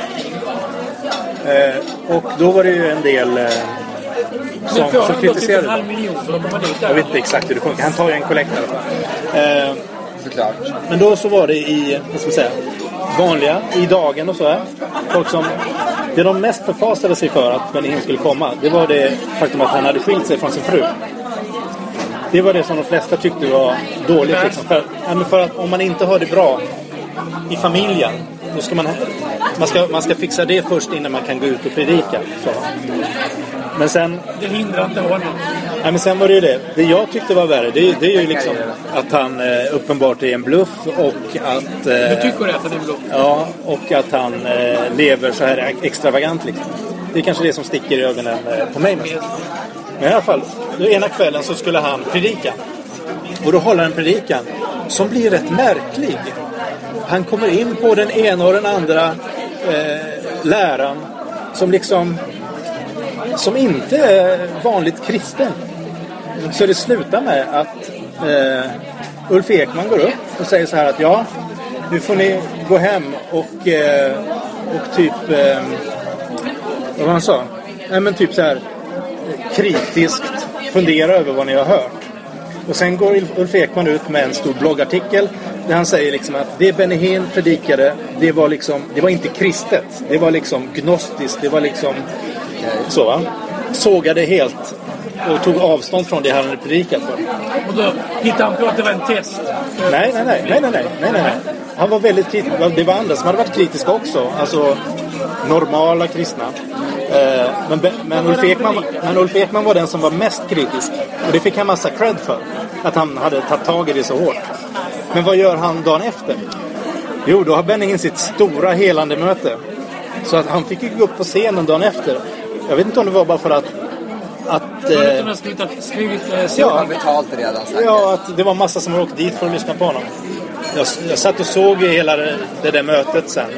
Och då var det ju en del som kritiserade.
$1,5 miljoner för de var dit där.
Jag vet inte exakt hur det funkar. Han tar ju en kollekt i alla fall.
Såklart.
Men då så var det i, vad ska man säga, vanliga, i dagen och så här. Folk som, det de mest förfasade sig för att Benny Hinn skulle komma, det var det faktum att han hade skilt sig från sin fru. Det var det som de flesta tyckte var dåligt. Liksom. För att om man inte har det bra i familjen, då ska man ska fixa det först innan man kan gå ut och predika. Så. Men sen...
Det hindrar inte honom.
Ja, men sen var det ju det. Det jag tyckte var värre, det är ju liksom att han uppenbart är en bluff och att...
Du tycker att han är en bluff?
Ja, och att han lever så här extravagant liksom. Det är kanske det som sticker i ögonen på mig mest. Men i alla fall, då ena kvällen så skulle han predika. Och då håller han predikan som blir rätt märklig. Han kommer in på den ena och den andra läran som liksom som inte är vanligt kristen. Så det slutar med att Ulf Ekman går upp och säger så här att ja, nu får ni gå hem och typ vad han sa? Nej, men typ så här kritiskt fundera över vad ni har hört. Och sen går Ulf Ekman ut med en stor bloggartikel där han säger liksom att det Benny Hinn predikade, det var inte kristet. Det var liksom gnostiskt, det var liksom så va? Sågade helt och tog avstånd från det han hade predikat för.
Och då hittade han på att det var en test.
Nej. Han var väldigt kritisk. Det var andra som hade varit kritiska också. Alltså normala kristna. Men Ulf Ekman var den som var mest kritisk. Och det fick han massa cred för. Att han hade tagit tag i det så hårt. Men vad gör han dagen efter? Jo, då har Benny Hinn sitt stora helande möte. Så att han fick ju gå upp på scenen dagen efter. Jag vet inte om det var bara för att
Ja, betalt redan sagt.
Ja, att det var massa som åkte dit för att lyssna på honom. Jag satt och såg hela det där mötet sen.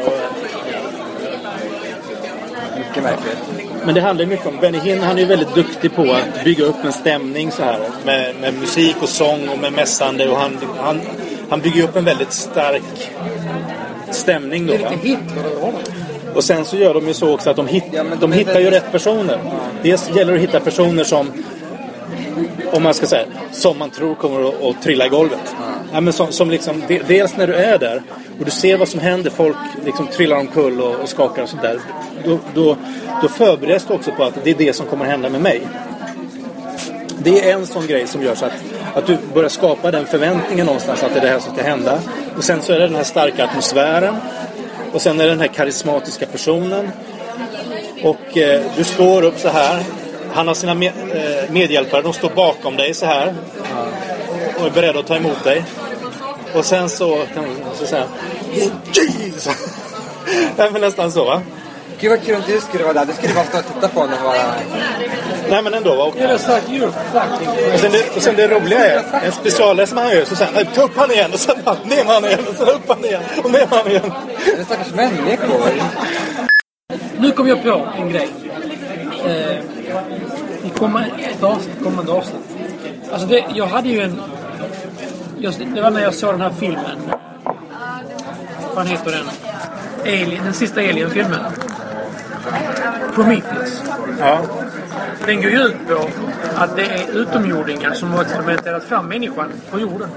Mycket märkligt.
Men det handlar mycket om Benny Hinn. Han är ju väldigt duktig på att bygga upp en stämning så här. Med musik och sång och med mässande. Och han bygger upp en väldigt stark stämning då. Va? Och sen så gör de ju så också att de hittar ju rätt personer. Dels gäller det att hitta personer som, om man ska säga, som man tror kommer att trilla i golvet. Ja, men som liksom, dels när du är där och du ser vad som händer, folk liksom trillar omkull och skakar och sånt där. Då förbereds du också på att det är det som kommer att hända med mig. Det är en sån grej som gör så att du börjar skapa den förväntningen någonstans att det är det här som ska hända. Och sen så är det den här starka atmosfären. Och sen är det den här karismatiska personen. Och du står upp så här. Han har sina medhjälpare. De står bakom dig så här. Och är beredda att ta emot dig. Och sen så kan man säga Jesus! Det är nästan så, va?
Gud vad kul om du skulle vara där. Du skulle bara stå och titta på honom och vara...
Nej, men ändå, va?
Det är så att you're fucking...
Och sen det roliga är en specialläs som han gör. Så säger han, ta upp han igen. Och sen ner han igen. Och sen upp han igen. Och ner han igen.
Det är stackars människor.
Nu kom jag på en grej. i kommande avsnitt. Alltså jag hade ju det var när jag såg den här filmen. Vad heter den? Den sista Alien-filmen. Prometheus. Ja. Den går ju ut på att det är utomjordingar som har experimenterat fram människan på jorden.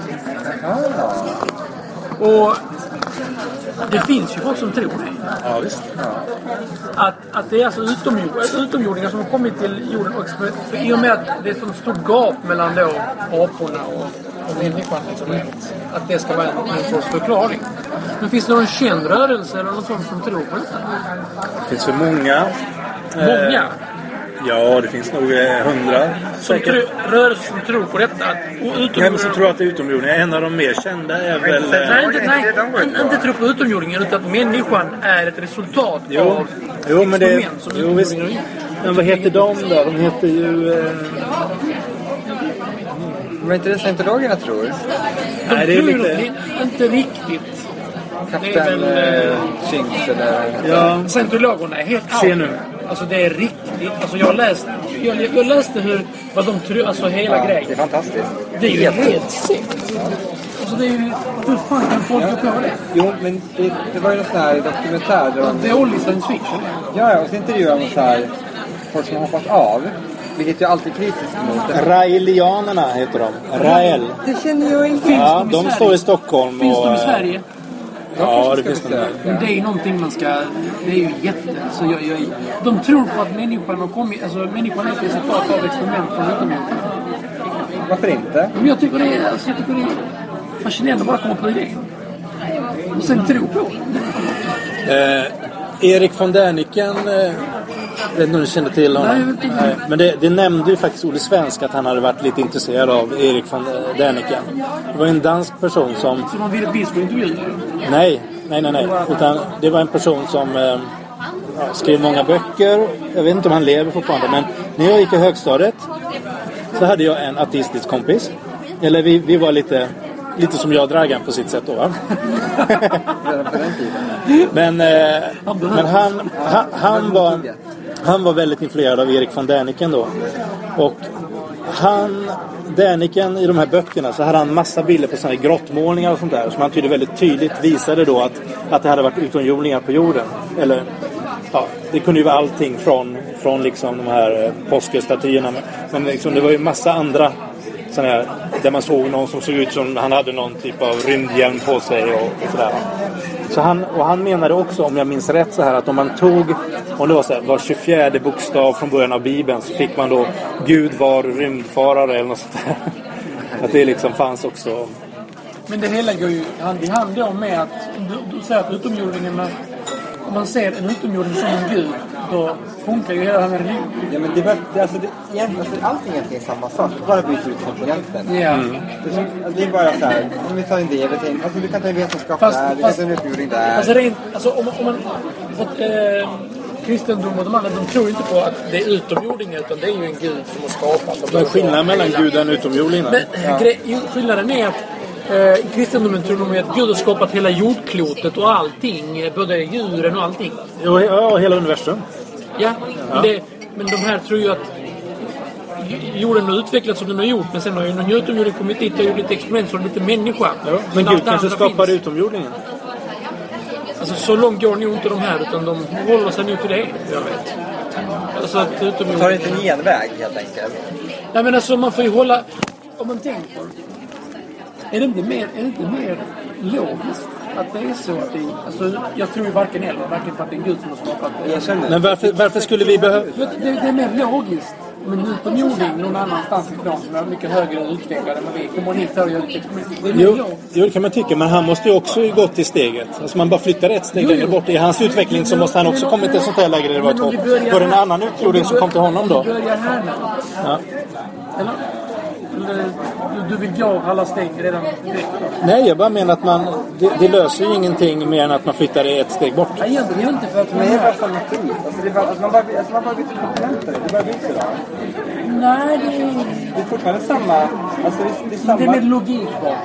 Och det finns ju folk som tror det.
Ja, visst.
Att det är alltså utomjordingar som har kommit till jorden och i och med att det är så stort gap mellan då aporna och människan liksom, att det ska vara en sorts förklaring. Men finns det någon känd rörelse eller någon sånt som tror på det?
Det finns för många.
Många?
Ja, det finns nog 100.
Rörelser som tror på detta.
Vem som tror att det är utomjordingar? En av de mer kända är väl...
Nej, inte tror på utomjordingar utan att människan är ett resultat av experiment som utomjordingar.
Men vad heter de då? De heter ju...
Men inte det scientologerna tror?
Nej, det är lite... Inte riktigt.
Kapten Chinks eller...
Ja.
Scientologerna är helt
Se nu.
Alltså det är riktigt. Alltså jag läste vad de tror, alltså hela grejen.
Det är fantastiskt.
Det är ju helt sikt. Alltså det är ju, hur fan kan folk gå på det?
Jo, men det var ju någon sån här dokumentär där
det är only science fiction.
Ja, och så intervjuade de så här folk som har hoppat av. Vilket jag alltid är kritisk mot.
Raelianerna heter de. Rael.
Det känner jag inte.
Ja, de står i Stockholm.
Finns de i Sverige?
Ja, det finns de.
Men det är ju någonting man ska... Det är ju alltså de tror på att människan har kommit... Alltså människan är ett resultat av experiment från utomjordingar.
Varför inte?
Men jag tycker det är fascinerande att bara komma på idén. Och sen tro på det.
Erik von Däniken... Jag vet inte om du kände till honom. Nej, men det nämnde ju faktiskt Olle Svensk att han hade varit lite intresserad av Erik von Däniken. Det var en dansk person som...
Så man ville att vi skulle intervjua?
Nej. Utan det var en person som skrev många böcker. Jag vet inte om han lever fortfarande. Men när jag gick i högstadiet så hade jag en ateistisk kompis. Eller vi var lite som jag och Dragan på sitt sätt då, va? Men han var väldigt influerad av Erik von Däniken då. Och Däniken i de här böckerna så hade han massa bilder på sådana här grottmålningar och sånt där som han tydde väldigt tydligt visade då att det hade varit utomjordingar på jorden. Eller ja, det kunde ju vara allting från liksom de här påskestatyerna, men liksom det var ju massa andra sån här, där man såg någon som såg ut som han hade någon typ av rymdhjälm på sig och sådär. Så han menade också, om jag minns rätt så här, att om man tog, om det var så här, var 24 bokstav från början av Bibeln så fick man då Gud var rymdfarare eller något sånt där. Att det liksom fanns också.
Men det hela går ju hand i hand då med att du säger att utomjordingarna, om man ser en utomjording som en gud, då funkar ju hela den här religionen.
Ja, men allting är samma sak. Bara byter ut komponenten.
Ja.
Det är bara så här, om vi tar en del, alltså du kan ta en vetenskap där, du kan ta en utbildning där.
Om man kristendom och de andra, de tror inte på att det är utomjordingar, utan det är ju en gud som har skapat.
Vad är skillnaden mellan guden och utomjordingarna?
Skillnaden är att i kristendomen tror de att Gud har skapat hela jordklotet och allting, både djuren och allting.
Ja, hela universum.
Ja. Men de här tror ju att jorden har utvecklats som den har gjort, men sen har ju någon utomjording kommit dit och gjort lite experiment som lite människa.
Ja, men Gud kanske skapar utomjordingen.
Alltså så långt går nog inte de här, utan de håller sig nu till det, jag vet. Alltså att utomjordingen...
Tar inte en genväg helt enkelt?
Nej, men alltså man får ju hålla... Om man tänker... Är det inte mer logiskt att det är så att det... Alltså, jag tror ju varken eller, varken för att det är Gud som har skapat det.
Men varför skulle vi behöva...
Det är mer logiskt. Men utomjording någon annanstans ifrån som är mycket högre utvecklade än vi kommer hit här och gör lite experiment.
Jo, det kan man tycka, men han måste ju också gå till steget. Alltså man bara flyttar ett steg längre bort. I hans utveckling så måste han också komma till ett sånt här läge där det var ett hopp. Var det en annan utjording som kom till honom då?
Vi börjar här nu.
Ja.
Eller du vill gå alla steg redan direkt?
Nej, jag bara menar att det löser ju ingenting mer än att man flyttar ett steg bort.
Nej, det är inte för att
men det är bara samma tid. Alltså det är bara, man bara byter komponenter. Det bara byter då.
Nej,
det är fortfarande samma. Alltså det är samma.
Det är med logik bakom.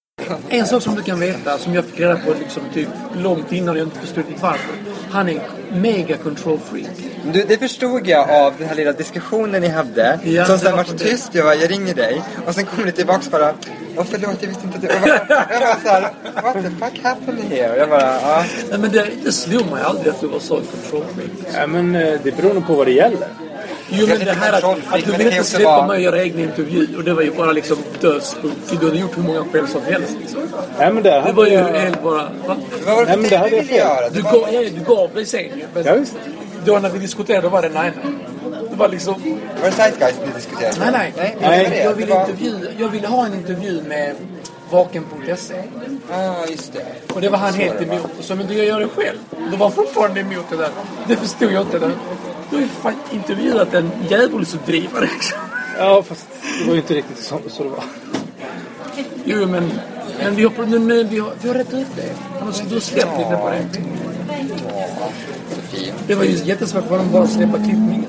En sak som du kan veta, som jag fick reda på liksom typ långt innan jag inte förstod varför. mega control freak.
Det förstod jag av den här lilla diskussionen ni hade.
Ja,
som sen
det
var
var det.
tyst, jag ringer dig. Och sen kommer ni tillbaka bara, förlåt, jag visste inte att det. Jag var så här, what the fuck happened here? Och jag bara, ja.
Nej, men det slog mig aldrig att du var så control freak.
Ja, men det beror nog på vad det gäller.
Jo, men det här att du ville inte släppa mig och göra egna intervju. Och det var ju bara liksom dödspunkt. För du hade gjort hur många själv som helst liksom.
Ja, men
Det var ju helt bara... Va?
Vad var det
Nej, men det hade
du
jag
ville
fel.
göra?
Du gav dig sen ju. Men
Ja, visst.
då när vi diskuterade var det nej. Det var liksom...
Var det Zeitgeist ni diskuterade?
Nej. Jag ville ha en intervju med Vaken.se.
Just det.
Och det var han helt emot. Och så, men du gör det själv. Då var han fortfarande emot det där. Det förstod jag inte. Du har ju fan intervjuat en djävulsutdrivare.
Ja, fast det var ju inte riktigt så det var.
Jo, men vi har rätt ut det. Du har släppt lite på det. Det var ju jättesvårt för dem bara att släppa klippningen.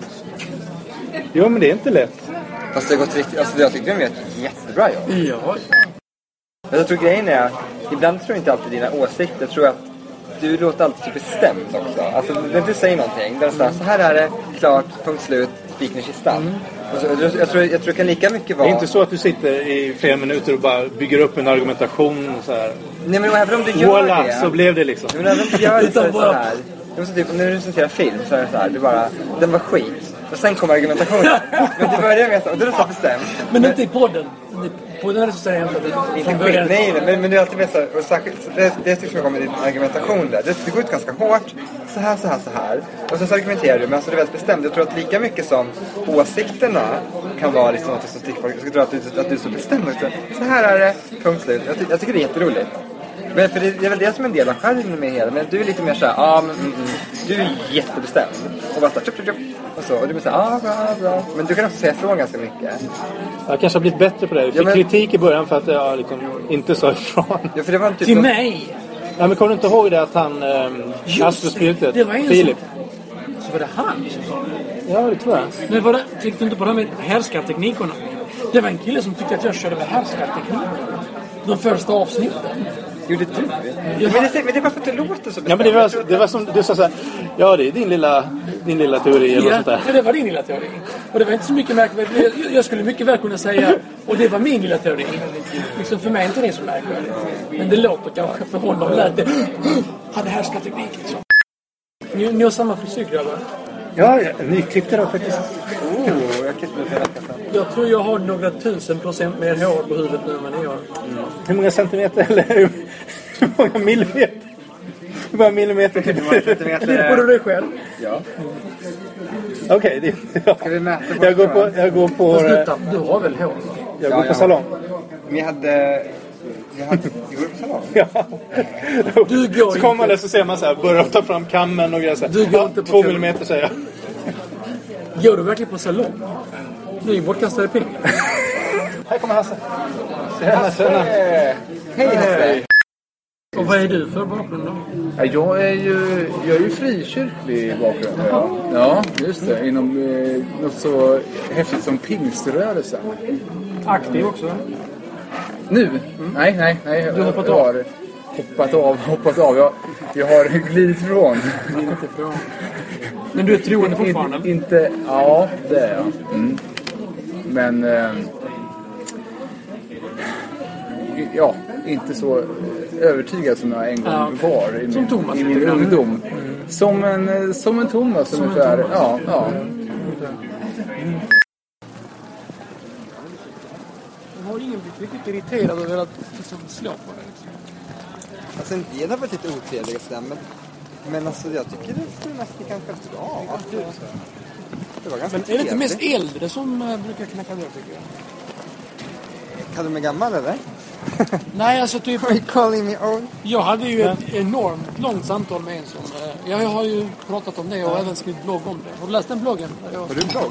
Jo, men det är inte lätt.
Fast det har gått riktigt, alltså jag tycker de gör ett jättebra jobb.
Ja.
Men jag tror grejen är, ibland tror jag inte alltid dina åsikter. Jag tror att du låter alltid så bestämt också. Alltså när du säger någonting, där det står så här är det, klart, punkt slut, spiken i kistan. Och så, jag tror det kan lika mycket vara...
Det är inte så att du sitter i 5 minuter och bara bygger upp en argumentation och så här.
Nej, men även om du gör
Voila,
det...
så blev det liksom.
Men även om du gör det så är det så
Utan
här... Det måste typ, när du recenserar film så är det så här, du bara, den var skit. Och sen kommer argumentationen. Men du börjar med så, och du är så bestämt.
Men inte i podden. På den här så säger jag inte
Inte skit, nej, men du är alltid med så, och särskilt, det tycker jag om med din argumentation där. Det går ut ganska hårt, så här. Och sen så argumenterar du, men alltså du är väldigt bestämd. Jag tror att lika mycket som åsikterna kan vara liksom något som sticker på. Jag tror att du är så bestämd. Så här är det, punkt slut. Jag tycker det är jätteroligt. Men för det är väl det som är en del av skärmen med hela. Men du är lite mer såhär, du är jättebestämd. Och bara såhär, och så. Och du är såhär, bra. Men du kan också säga ifrån ganska mycket.
Jag kanske har blivit bättre på det. Jag fick kritik i början för att jag liksom inte sa ifrån.
Ja, för det var typ
till mig.
Ja, men kommer du inte ihåg det att han astrospiritet,
det var en
Filip?
Så var det han som sa det.
Ja, det tror jag.
Men tyckte du inte på det här med härskarteknikerna? Det var en kille som tyckte att jag körde med härskarteknikerna. De första avsnitten.
Gjorde du? Ja, men det är bara för att det låter så bestämt.
Ja, men det var som du sa så här, ja, det är din lilla teori eller sånt där.
Ja, det var din lilla teori. Och det var inte så mycket märkvärdigt. Jag skulle mycket väl kunna säga, och det var min lilla teori. Liksom för mig är inte det så märkvärdigt. Men det låter kanske för honom lät det. Hade härskarteknik liksom. Ni har samma frisyr, grabbar.
Ja, ni klippte då faktiskt.
Jag klippte mig för veckan sedan.
Jag tror jag har några 1000% mer hår på huvudet nu än vad ni har.
Hur många centimeter eller hur många millimeter? Hur många millimeter klippte du?
Klipper du dig själv?
Ja.
Okej, ja.
Ska vi mäta
Jag går på
Sluta, du har väl hår?
jag går på salong.
Men jag går på salong.
Ja.
Du går
Så kommer man där så ser man så här, börjar ta fram kammen och grejer så här.
Du går inte på
2 millimeter säger jag.
Går du verkligen på salong? Det är ju bortkastade pengar.
Här kommer Hasse. Tjena.
Hej.
Och vad är du för bakgrund då?
Ja, jag är ju frikyrklig bakgrund. Ja, just det. Inom något så häftigt som pingströrelsen.
Aktiv också?
Nu? Nej.
Du har hoppat
av? Hoppat av. Jag har glidit ifrån.
Men du är troende fortfarande?
Inte, ja, det är jag. Men ja, inte så övertygad som jag en gång var i min ungdom. Som en Thomas ungefär. Ja.
Har ingen blivit riktigt irriterad och velat liksom slå på det?
Alltså en del har varit lite otrevliga sådär, men alltså jag tycker det mest är ganska bra. Det var ganska
men är det inte mest äldre som brukar knacka dörr, tycker jag?
Kallar du mig gammal eller?
Nej, alltså typ...
Are you calling me old?
Jag hade ju ett enormt långt samtal med en som... Jag har ju pratat om det och även skrivit blogg om det. Har du läst den bloggen?
Har du en blogg?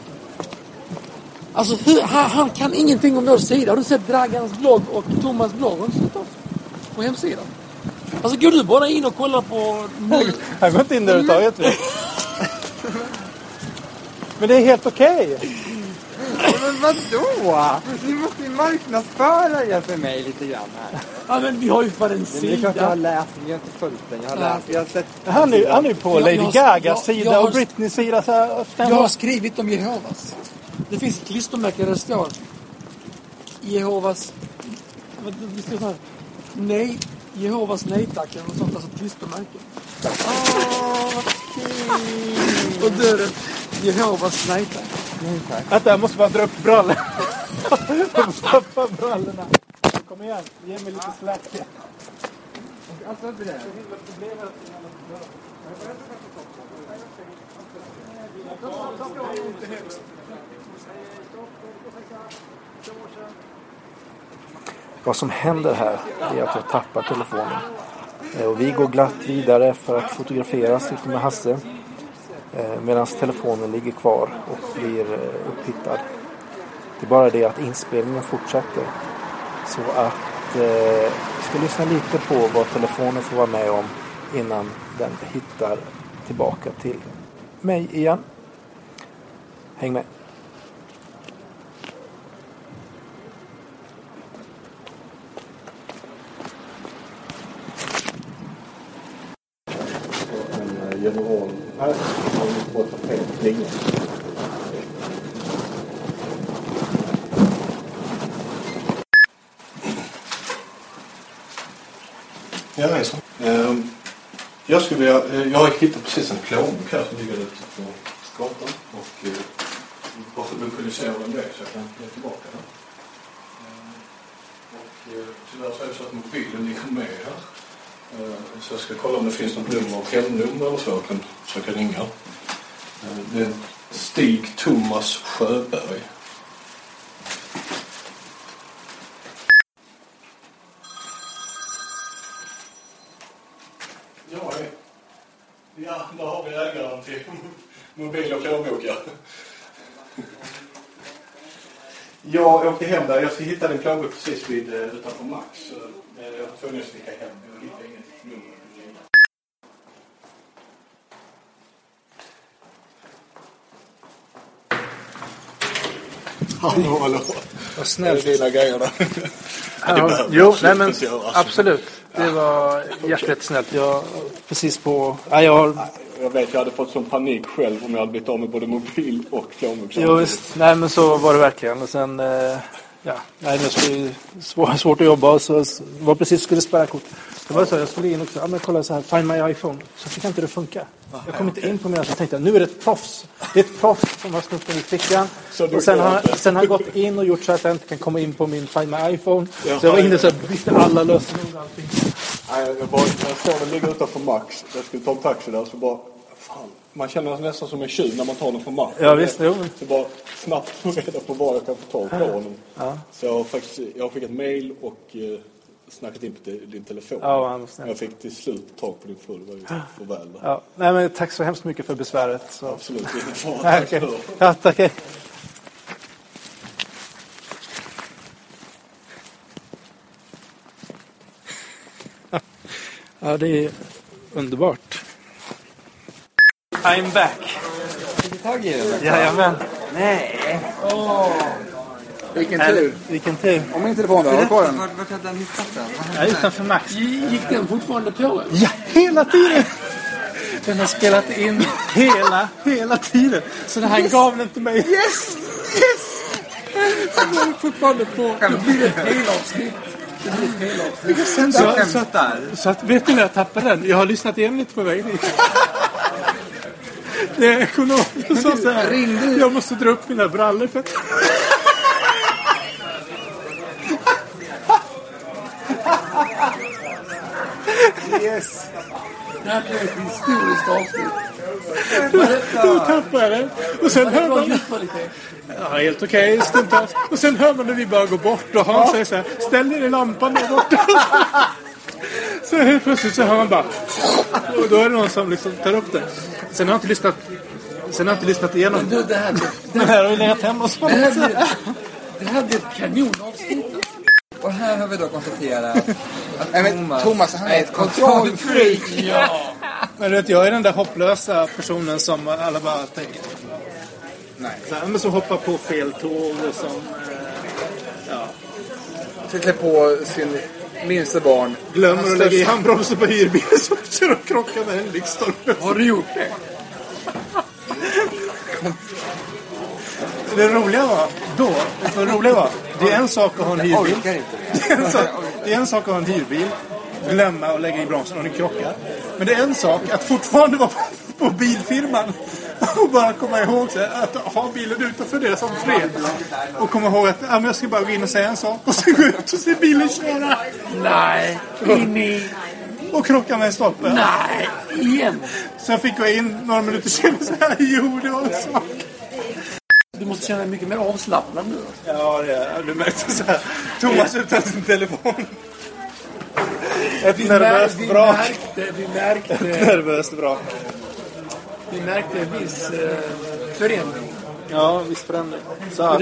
Alltså, han kan ingenting om vår sida. Har du sett Dragans blogg och Thomas blogg? Har du sett oss på hemsidan? Alltså, går du bara in och kollar på...
Jag går inte in där överhuvudtaget. Men det är helt okej.
Men vadå? Ni måste ju marknadsföra er för mig lite grann här.
Ja, men vi har ju för en sida.
Det är klart jag har läst, men jag har inte följt den. Jag har läst, jag har sett...
Han är på Lady Gagas sida och Britneys sida. Så här,
jag har skrivit om Jehovas. Det finns ett klistermärke där det står Jehovas... Nej, Jehovas nej tack. Eller något sånt, alltså ett klistermärke. Och då är det Jehovas nej tack.
Vänta, jag måste bara dra upp brallan. Jag måste stoppa brallorna. Kom igen, ge mig lite slack.
Alltså, det är
Vad som händer här är att jag tappar telefonen. Och vi går glatt vidare för att fotograferas ute med Hasse. Medan telefonen ligger kvar och blir upphittad. Det är bara det att inspelningen fortsätter. Så att vi ska lyssna lite på vad telefonen får vara med om innan den hittar tillbaka till mig igen. Häng med.
En general här som på tapet länge.
Ja, det är så. Jag har hittat precis en plånbok här som ligger ute på gatan och bara för att lokalisera den där så jag kan ge tillbaka den. Och tyvärr så är det så att mobilen ligger med här. Så jag ska kolla om det finns något nummer och hemnummer eller så jag kan försöka ringa. Det är Stig Thomas Sjöberg. Ja, då har vi ägaren till mobil och plånbokar. Jag åkte hem där. Jag hittade en plånbok precis utanför Max. Jag var tvungen att sticka hem. Jag hittade inget nummer. Hallå.
Vad snällt.
Det är dina grejer där.
Ja, jo, nej men absolut. Det var jättesnällt. Jag precis på... Ja,
jag vet, jag hade fått sån panik själv om jag hade blivit av med både mobil och plånbok.
Jo, visst. Nej, men så var det verkligen. Och sen... Ja, nej, det skulle svårt att jobba och så var precis skulle spärra kort. Det var så jag skulle in också. Ja, men kolla så här, find my iPhone. Så fick inte det funka. Jag kom inte in på mina så tänkte jag, nu är det ett proffs. Det är ett proffs som har snott den i fickan. Och sen har han gått in och gjort så att jag inte kan komma in på min find my iPhone. Så jag var inne så här, bytte alla lösenord och allting.
Nej, jag såg den ligga utanför Max. Jag skulle ta en taxi där så bara, fan. Man känner nästan som en tjuv när man tar den från Max.
Ja, visst. Jo.
Så bara snabbt få reda på vad jag kan få tag på honom. Ja. Så jag har skickat mail och snackat in på din telefon.
Ja,
jag fick till slut tag på din fru. Det var ju för väl.
Ja. Nej, men tack så hemskt mycket för besväret. Så.
Absolut.
Okay. Ja, tack. Ja, det är underbart. I'm back.
Fick du tag i den?
Jajamän.
Nej.
Vilken tur.
Vilken tur.
Om min telefon då, har kvar den?
Vart hade den hittat den?
Ja, utanför Max.
Gick den fortfarande på?
Ja, hela tiden. Den har spelat in hela tiden. Så det här gav den till mig. Yes!
Den var fortfarande på. Det blir ett helavsnitt.
Så att, vet du när jag tappade den? Jag har lyssnat igen lite på vägen hit. Jag sa så här, jag måste dra upp mina brallor för att...
Yes!
Det här blev ett historiskt avsnitt.
Då tappade jag den. Och sen hör man... Ja, helt okej, stundtals. Och sen hör man när vi bara går bort och Hans säger så här, ställ ner i lampan där borta. Så helt plötsligt så hör man bara... Och då är det någon som liksom tar upp det. Sen har jag inte lyssnat igenom.
Men
det här har vi legat hemma och så.
Det här blir ett kanonavsnitt.
Och här har vi då konstaterat att
Thomas han är ett kontrollfreak.
Ja.
Men du vet, jag är den där hopplösa personen som alla bara tänker. Nej. Så här, men som hoppar på fel tåg och som...
Tittar på sin minsta barn.
Glömmer att lägga i handbromsen på hyrbilen så kör och krockar med en lyktstolpe.
Har du gjort det?
Det roliga var det är en sak att ha en hyrbil. Det är en sak att ha en hyrbil, glömma och lägga i bromsen och den krockar. Men det är en sak att fortfarande vara på bilfirman och bara komma ihåg att ha bilen utanför deras entré. Och komma ihåg att jag ska bara gå in och säga en sak och så gå ut och se bilen köra.
Nej, in i...
Och krocka med en stolpe.
Nej, igen.
Så jag fick gå in några minuter senare och säga, jo, det var en sak.
Du måste känna dig mycket mer avslappnad nu.
Ja, det är. Du märkte så här. Thomas utan sin telefon. Ett nervöst brak.
Vi märkte
nervöst brak.
Vi märkte en viss förändring.
Ja, viss förändring. Så att,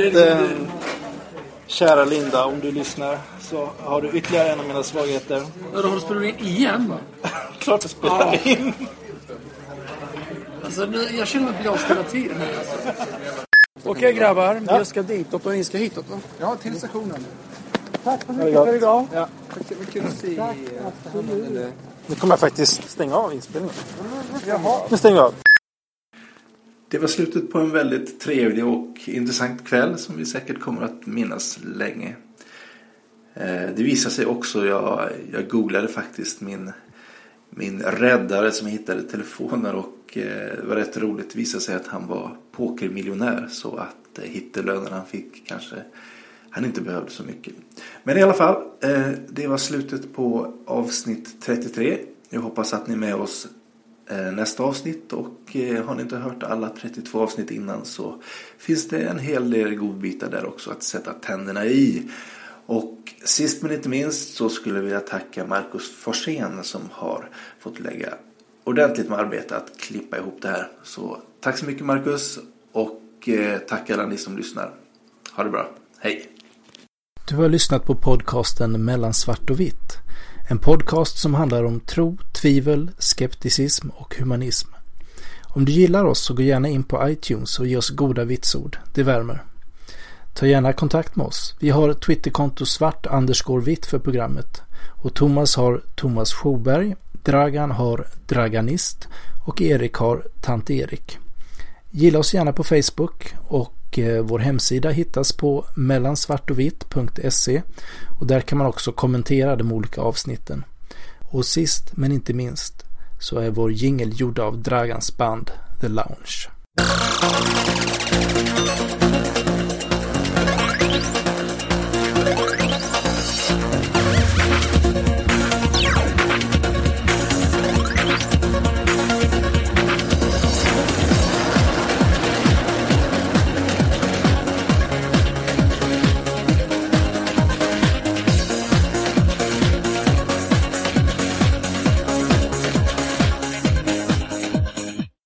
kära Linda, om du lyssnar så har du ytterligare en av mina svagheter.
Ja, då har du spelat in igen.
Klart du spelar in.
Alltså, jag känner mig blåst hela tiden här. Alltså. Okej, grabbar, jag ska ditåt och ni ska hitåt. Va?
Ja, till stationen.
Tack för mycket för idag.
Ja.
Vad kul att se.
Nu kommer jag faktiskt stänga av inspelningen. Jaha. Nu stänger jag av.
Det var slutet på en väldigt trevlig och intressant kväll som vi säkert kommer att minnas länge. Det visade sig också, jag googlade faktiskt min räddare som hittade telefoner och det var rätt roligt. Det visade sig att han var pokermiljonär så att hittelönen han fick kanske han inte behövde så mycket. Men i alla fall, det var slutet på avsnitt 33. Jag hoppas att ni är med oss nästa avsnitt och har ni inte hört alla 32 avsnitt innan så finns det en hel del godbitar där också att sätta tänderna i. Och sist men inte minst så skulle jag vilja tacka Marcus Forsén som har fått lägga ordentligt med arbete att klippa ihop det här. Så tack så mycket Marcus och tack alla ni som lyssnar. Ha det bra. Hej!
Du har lyssnat på podcasten Mellan svart och vitt. En podcast som handlar om tro, tvivel, skepticism och humanism. Om du gillar oss så gå gärna in på iTunes och ge oss goda vitsord. Det värmer. Ta gärna kontakt med oss. Vi har Twitterkonto svart_vitt för programmet. Och Thomas har Thomas Sjoberg, Dragan har Draganist och Erik har Tant Erik. Gilla oss gärna på Facebook och vår hemsida hittas på mellansvartovitt.se och där kan man också kommentera de olika avsnitten. Och sist men inte minst så är vår jingle gjord av Dragans band The Lounge.